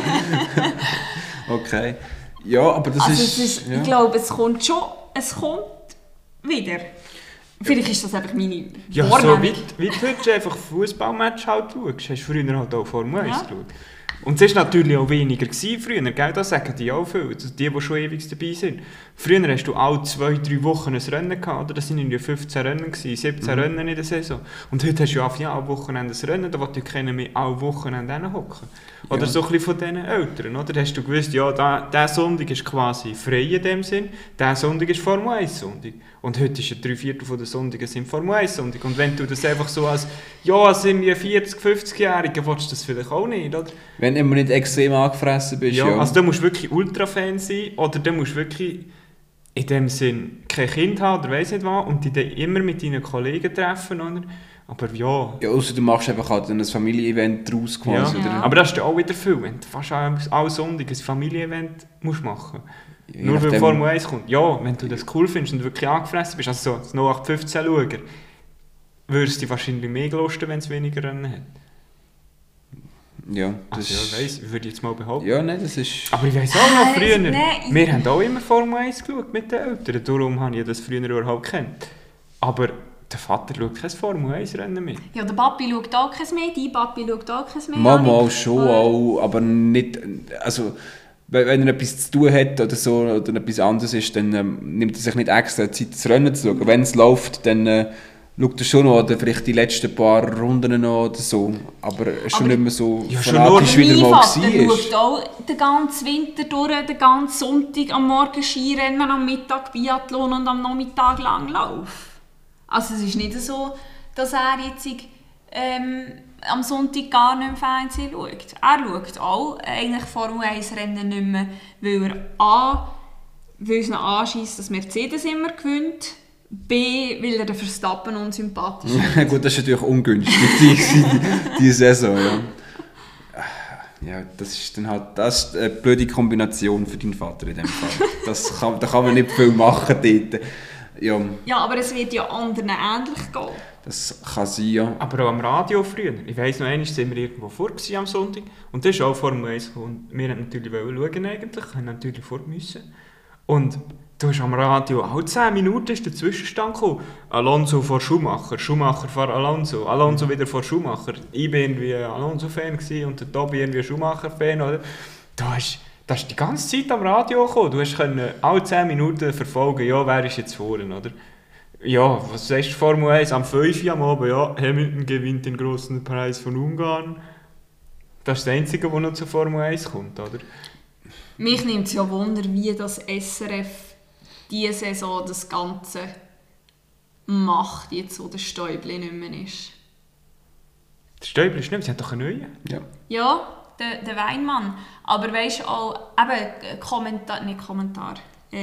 Okay. Ja, aber das Also ist... ja. Ich glaube, es kommt wieder. Vielleicht ist das einfach meine Ja, Wahrnehmung. so wie du heute einfach Fußballmatch halt schaust, hast du früher halt auch Formel 1 Ja. geschaut. Und es war natürlich auch weniger früher, gell? Das sagen die auch viel, die schon ewig dabei sind. Früher hast du alle 2-3 Wochen ein Rennen gehabt, oder? Das waren ja 15 Rennen, 17 Rennen in der Saison. Und heute hast du ja alle Wochenende ein Rennen, da will ja keiner mehr alle Wochenende hinhocken. Oder Ja. so ein bisschen von diesen Eltern, oder? Da hast du gewusst, ja, der Sonntag ist quasi frei in dem Sinn, der Sonntag ist Formel 1 Sonntag. Und heute ist ja 3/4 der Sonntage sind Formel 1 Sonntag. Und wenn du das einfach so als, ja, sind wir 40-, 50-Jährige, willst du das vielleicht auch nicht, oder? Wenn du immer nicht extrem angefressen bist, Ja, ja. also da musst du wirklich Ultra-Fan sein, oder da musst du wirklich in dem Sinn kein Kind haben, oder weiss nicht was, und dich dann immer mit deinen Kollegen treffen, oder? Aber ja... Ja, ausser du machst einfach halt ein Familienevent daraus quasi, Ja. oder? Aber das ist ja auch wieder viel, wenn du fast alle Sonntag ein Familienevent musst machen musst. Je Nur weil nachdem- Formel 1 kommt. Ja, wenn du das cool findest und wirklich angefressen bist, also so das 0815-Schauer, würdest du dich wahrscheinlich mehr gelusten, wenn es weniger Rennen hat. Ja, das Also, ja, weiss, würde ich jetzt mal behaupten. Ja, nein, das ist... Aber ich weiss auch noch früher, Nein. wir haben auch immer Formel 1 geschaut mit den Eltern, darum habe ich das früher überhaupt gekannt. Aber der Vater schaut kein Formel 1 Rennen mit. Ja, der Papi schaut auch kein mehr, die Papi schaut auch kein mehr. Mama Anni. schon auch, aber nicht... Also, wenn er etwas zu tun hat oder so, oder etwas anderes ist, dann nimmt er sich nicht extra Zeit, das Rennen zu schauen. Wenn es läuft, dann schaut er schon noch, oder vielleicht die letzten paar Runden noch oder so. Aber er ist schon Aber- nicht mehr so Ja, schon fanatisch, nur- wie er Mein mal Vater war. schaut auch den ganzen Winter durch, den ganzen Sonntag, am Morgen Skirennen, am Mittag Biathlon und am Nachmittag Langlauf. Also es ist nicht so, dass er jetzt am Sonntag gar nicht mehr Fernsehen schaut. Er schaut auch eigentlich Formel 1 Rennen nicht mehr, weil weil es ihn anscheisst, dass Mercedes immer gewinnt, B, weil er den Verstappen unsympathisch findet. Gut, das ist natürlich ungünstig, die Saison, ja. Ja, das ist dann halt das ist eine blöde Kombination für deinen Vater in dem Fall. Da kann man nicht viel machen dort. Ja, Ja, aber es wird ja anderen ähnlich gehen. das kann sein, ja. Aber auch am Radio früher. Ich weiss noch, einmal sind wir irgendwo vor am Sonntag. Und das ist auch Formel 1 gekommen. Wir wollten natürlich schauen, eigentlich. Haben natürlich vor müssen. Und du hast am Radio, alle 10 Minuten ist der Zwischenstand gekommen. Alonso vor Schumacher, Schumacher vor Alonso, Alonso wieder vor Schumacher. Ich war irgendwie Alonso-Fan und der Tobi irgendwie Schumacher-Fan. Oder? Da ist die ganze Zeit am Radio gekommen. Du hast alle 10 Minuten verfolgen, ja, wer ist jetzt vorne, oder? Ja, was sagst du, Formel 1 am 5 Uhr am Abend? Ja, Hamilton gewinnt den großen Preis von Ungarn. Das ist das Einzige, was noch zur Formel 1 kommt, oder? Mich nimmt es ja Wunder, wie das SRF diese Saison das Ganze macht, jetzt wo der Stäubli nicht mehr ist. Der Stäubli ist nicht mehr, sie haben doch einen neuen. Ja. Ja, der Weinmann. Aber weisst du auch, eben Kommentar,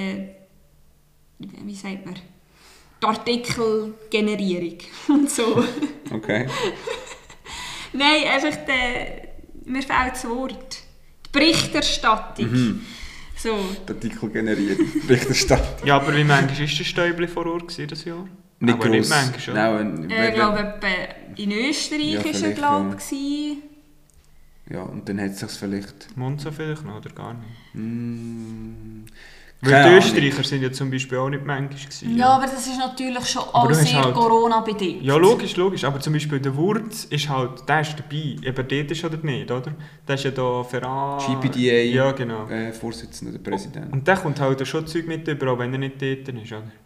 wie sagt man? Die Artikelgenerierung und so. Okay. Nein, einfach mir fehlt das Wort. Die Berichterstattung. So. Die Artikel generiert. Berichterstattung. Ja, aber wie manchmal war der Stäubli vor Ort das Jahr? Nicht aber nicht gross. manchmal, oder? Nein, Ich glaube, etwa in Österreich Ja, war er, vielleicht, glaube ja. ich. Ja, und dann hat es sich vielleicht... Monza vielleicht noch, oder gar nicht? Keine Weil die Ahnung. Österreicher sind ja zum Beispiel auch nicht manchmal gewesen. Ja, aber das ist natürlich schon Aber auch du hast sehr halt- Corona-bedingt. Ja, logisch. Aber zum Beispiel der Wurz ist halt, der ist dabei. Eben dort ist er nicht, oder? Der ist ja da Ferrari. GPDA. Ja, genau. Vorsitzender, der Präsident. Und der kommt halt schon Zeug mit über, auch wenn er nicht dort ist, oder?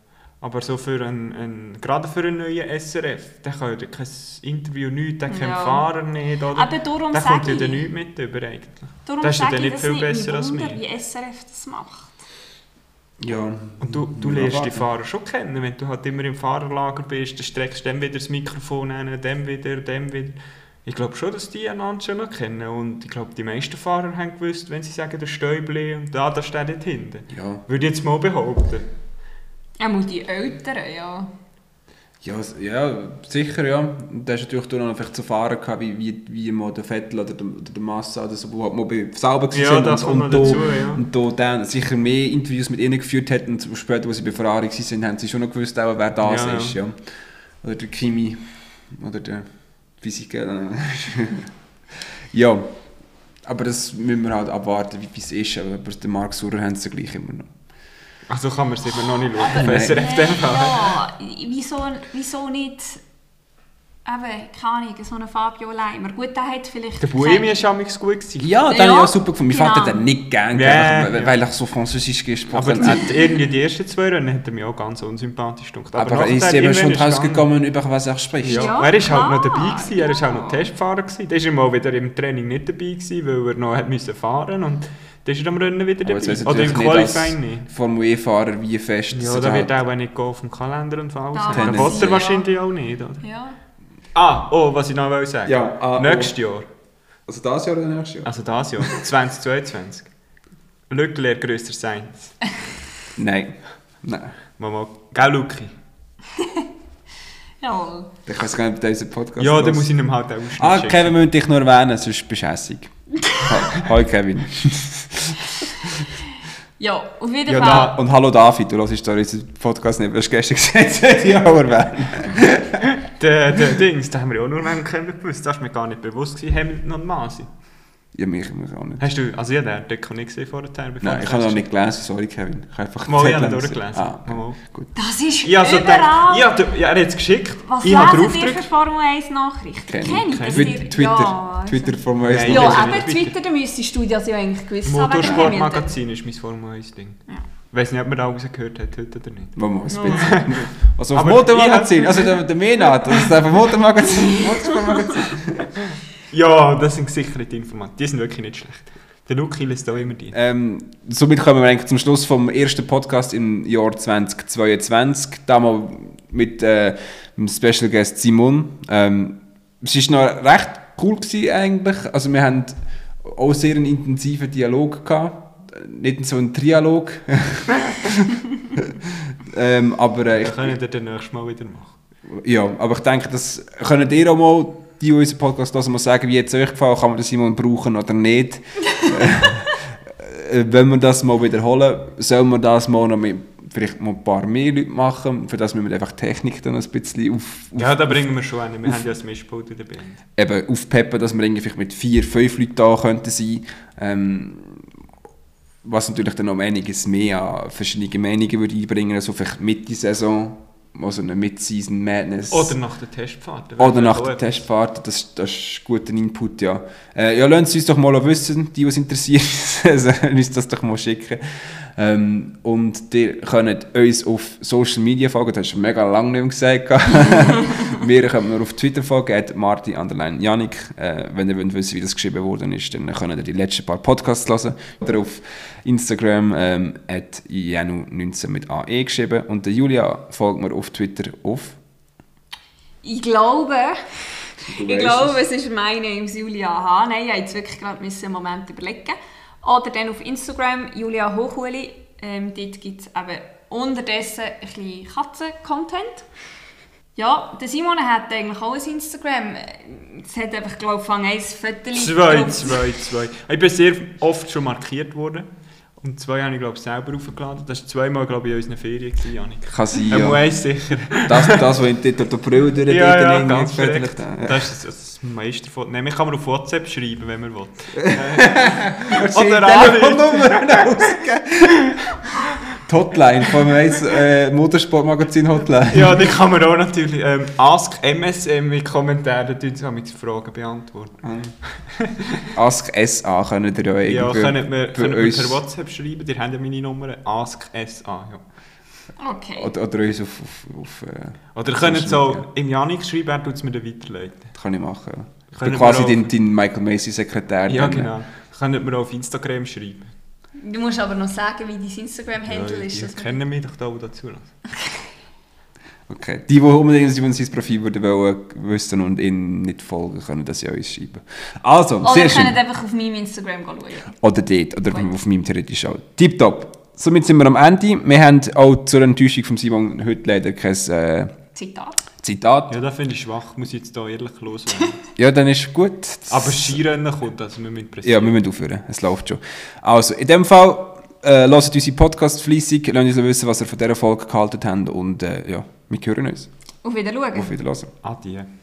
Aber so gerade für einen neuen SRF, der kann ja kein Interview nichts, der kennt Fahrer nicht, oder? Aber darum der kommt ja dann nichts mit über eigentlich. Darum das ist ja dann sage nicht viel besser als mir. wie SRF das macht. Ja. Und du lernst die Fahrer schon kennen, wenn du halt immer im Fahrerlager bist, dann streckst du dem wieder das Mikrofon hin, dem wieder. Ich glaube schon, dass die einander schon noch kennen. Und ich glaube, die meisten Fahrer haben gewusst, wenn sie sagen, der Stäubli und da steht dort hinten. Ja. Würde ich jetzt mal behaupten. Auch die Älteren, ja. Ja, sicher, ja. Und da hast du natürlich noch vielleicht so Fahrer gehabt, wie mal der Vettel oder der Massa, oder so, die halt mal selber waren. Ja, das kommt noch dazu, ja. Und da dann sicher mehr Interviews mit ihnen geführt hätten, und später, als sie bei Ferrari waren, haben sie schon noch gewusst, wer das ist. Ja. Oder der Kimi, oder der Physiker. Ja, aber das müssen wir halt abwarten, wie es ist. Aber bei dem Marc Surer haben sie gleich immer noch. Also kann man es eben noch nicht schauen, auf SRF TV. Ja, wieso nicht... Eben, keine Ahnung, so einen Fabio Leimer. Gut, der hat vielleicht... Der Buemi war schon gut gewesen. Ja, den habe ich auch super gefunden. Mein Vater hat den nicht gern, weil er so französisch gesprochen hat. Aber irgendwie die ersten 2 Rennen hat er mir auch ganz unsympathisch gedacht. Aber er ist eben schon rausgekommen, über was er spricht. Ja, er war halt noch dabei gewesen, er war auch noch Testfahrer gewesen. Der war mal wieder im Training nicht dabei gewesen, weil er noch fahren musste. Dann ist er am Rennen wieder dabei. Oder im Qualifying nicht. Formel E-Fahrer wie fest. Ja, da wird auch nicht auf dem Kalender und alles. Dann will er wahrscheinlich auch nicht, oder? Ja. Was ich noch sagen wollte. Ja, nächstes Jahr. Also dieses Jahr oder nächstes Jahr? Also dieses Jahr, 2022. Leclerc grösser Sainz. Nein. Mama, gell, Luki? Jawohl. Ich weiß gar nicht, ob dieser Podcast ja, dann muss ich ihm halt auch ausschneiden. Kevin, wir müssen dich nur erwähnen, sonst bist du hässig. Hoi Kevin. Ja, auf jeden Fall. Und hallo David, du hörst da unseren Podcast nicht, was du gestern gesagt hast, ja, aber erwähnen. Der Dings, den haben wir ja auch nur gewusst, das war mir gar nicht bewusst gewesen, Hamilton und Masi. Ja, mich auch nicht. Hast du, also ja, den habe ich nicht gesehen vorher. Nein, ich habe noch nicht gelesen, sorry Kevin. Ich habe einfach durchgelesen. Okay. Gut. Das ist überall. Er hat es geschickt. Was lesen ihr für Formel 1 Nachrichten? Kenn ich. Twitter Formel 1 Nachrichten. Ja, eben Twitter, da müsstest du das ja eigentlich gewusst haben. Motorsportmagazin ist mein Formel 1 Ding. Ja. Ich weiß nicht, ob man da rausgehört hat heute oder nicht. Man muss ein bisschen. Also auf Motormagazin, also der Menat, das ist einfach Motormagazin, Motorsportmagazin. Ja, das sind gesicherte Informationen. Die sind wirklich nicht schlecht. Der Luki lässt auch immer die. Somit kommen wir eigentlich zum Schluss vom ersten Podcast im Jahr 2022. Damals mit dem Special Guest Simon. Es war noch recht cool gewesen, eigentlich. Also wir hatten auch sehr einen intensiven Dialog gehabt. Nicht so ein Trialog. Aber ich können wir den nächsten Mal wieder machen. Ja, aber ich denke, das könnt ihr auch mal, die unseren Podcast hören, mal sagen, wie es euch gefällt, kann man den Simon brauchen oder nicht. Wenn wir das mal wiederholen, sollen wir das mal noch mit vielleicht mal ein paar mehr Leute machen, für das müssen wir einfach Technik dann ein bisschen auf ja, da bringen wir schon an. Wir haben ja das Mischpult in der Band. Eben aufpeppen, dass wir vielleicht mit 4-5 Leuten da könnten sein. Was natürlich dann noch einiges mehr an verschiedene Meinungen würde einbringen, also vielleicht Mitte Saison, also eine Mid-Season Madness. Oder nach der Testfahrt. Das ist guter Input, ja. Ja, lasst uns doch mal wissen, die es interessiert, also, uns das doch mal schicken. Und ihr könnt uns auf Social Media folgen, das hast du mega lange nicht mehr gesagt. Wir können nur auf Twitter folgen, @Marti_Janik. Wenn ihr wollt wissen, wie das geschrieben worden ist, dann könnt ihr die letzten paar Podcasts hören. Oder auf Instagram @Janu19 mit AE geschrieben. Und der Julia folgt mir auf Twitter auf. Ich glaube, es ist meine Julia H. Nein, ich musste jetzt wirklich gerade einen Moment überlegen. Oder dann auf Instagram, Julia Hochuli. Dort gibt es eben unterdessen ein bisschen Katzen-Content. Ja, der Simon hat eigentlich auch ein Instagram. Es hat einfach, glaube ich, ein Foto. Zwei. Ich bin sehr oft schon markiert worden. Und 2 habe ich, glaube ich, selber aufgeladen. Das war 2-mal, glaube ich, in unseren Ferien, Janik. Kann sein, ja. Eins sicher. Das, was in der Brille durch ja, ganz korrekt. Ja. Das ist das meiste Foto. Nein, ich kann mir auf WhatsApp schreiben, wenn man will. Oder Telefonnummer ausgeben. Die Hotline, von einem Motorsportmagazin Hotline. Ja, die kann man auch natürlich. Ask MSM in Kommentaren, die Fragen beantworten. Ask SA können ihr ja irgendwie. Ja, könnt ihr per WhatsApp schreiben, ihr habt ja meine Nummer. Ask SA, ja. Okay. Oder uns auf Oder können Social so Media. im Janik schreiben, er tut es mir dann weiterleiten. Das kann ich machen. Ich Können bin wir quasi auch- dein Michael Macy-Sekretär. Ja, dann. genau. Können wir auch auf Instagram schreiben. Du musst aber noch sagen, wie dein Instagram-Handle Ja, ist. die dass wir- kennen mich doch da auch dazu. Okay. Die unbedingt sein Profil würden wollen wissen und ihn nicht folgen, können das ja uns schreiben. Also, Oder sehr ihr schön. könnt einfach auf meinem Instagram schauen. Oder dort, oder Gut. auf meinem theoretisch auch. Tipptopp. Somit sind wir am Ende. Wir haben auch zur Enttäuschung von Simon heute leider kein Zitat. Zitat. Ja, das finde ich schwach, muss ich jetzt hier ehrlich loswerden. Ja, dann ist gut. Aber das Skirennen kommt, also wir müssen Ja, pressieren. wir müssen aufhören. Es läuft schon. Also, in dem Fall, hört unsere Podcast fleissig, lasst uns wissen, was ihr von dieser Folge gehalten habt und ja, wir hören uns. Auf Wiedersehen. Auf Wiedersehen. Adieu.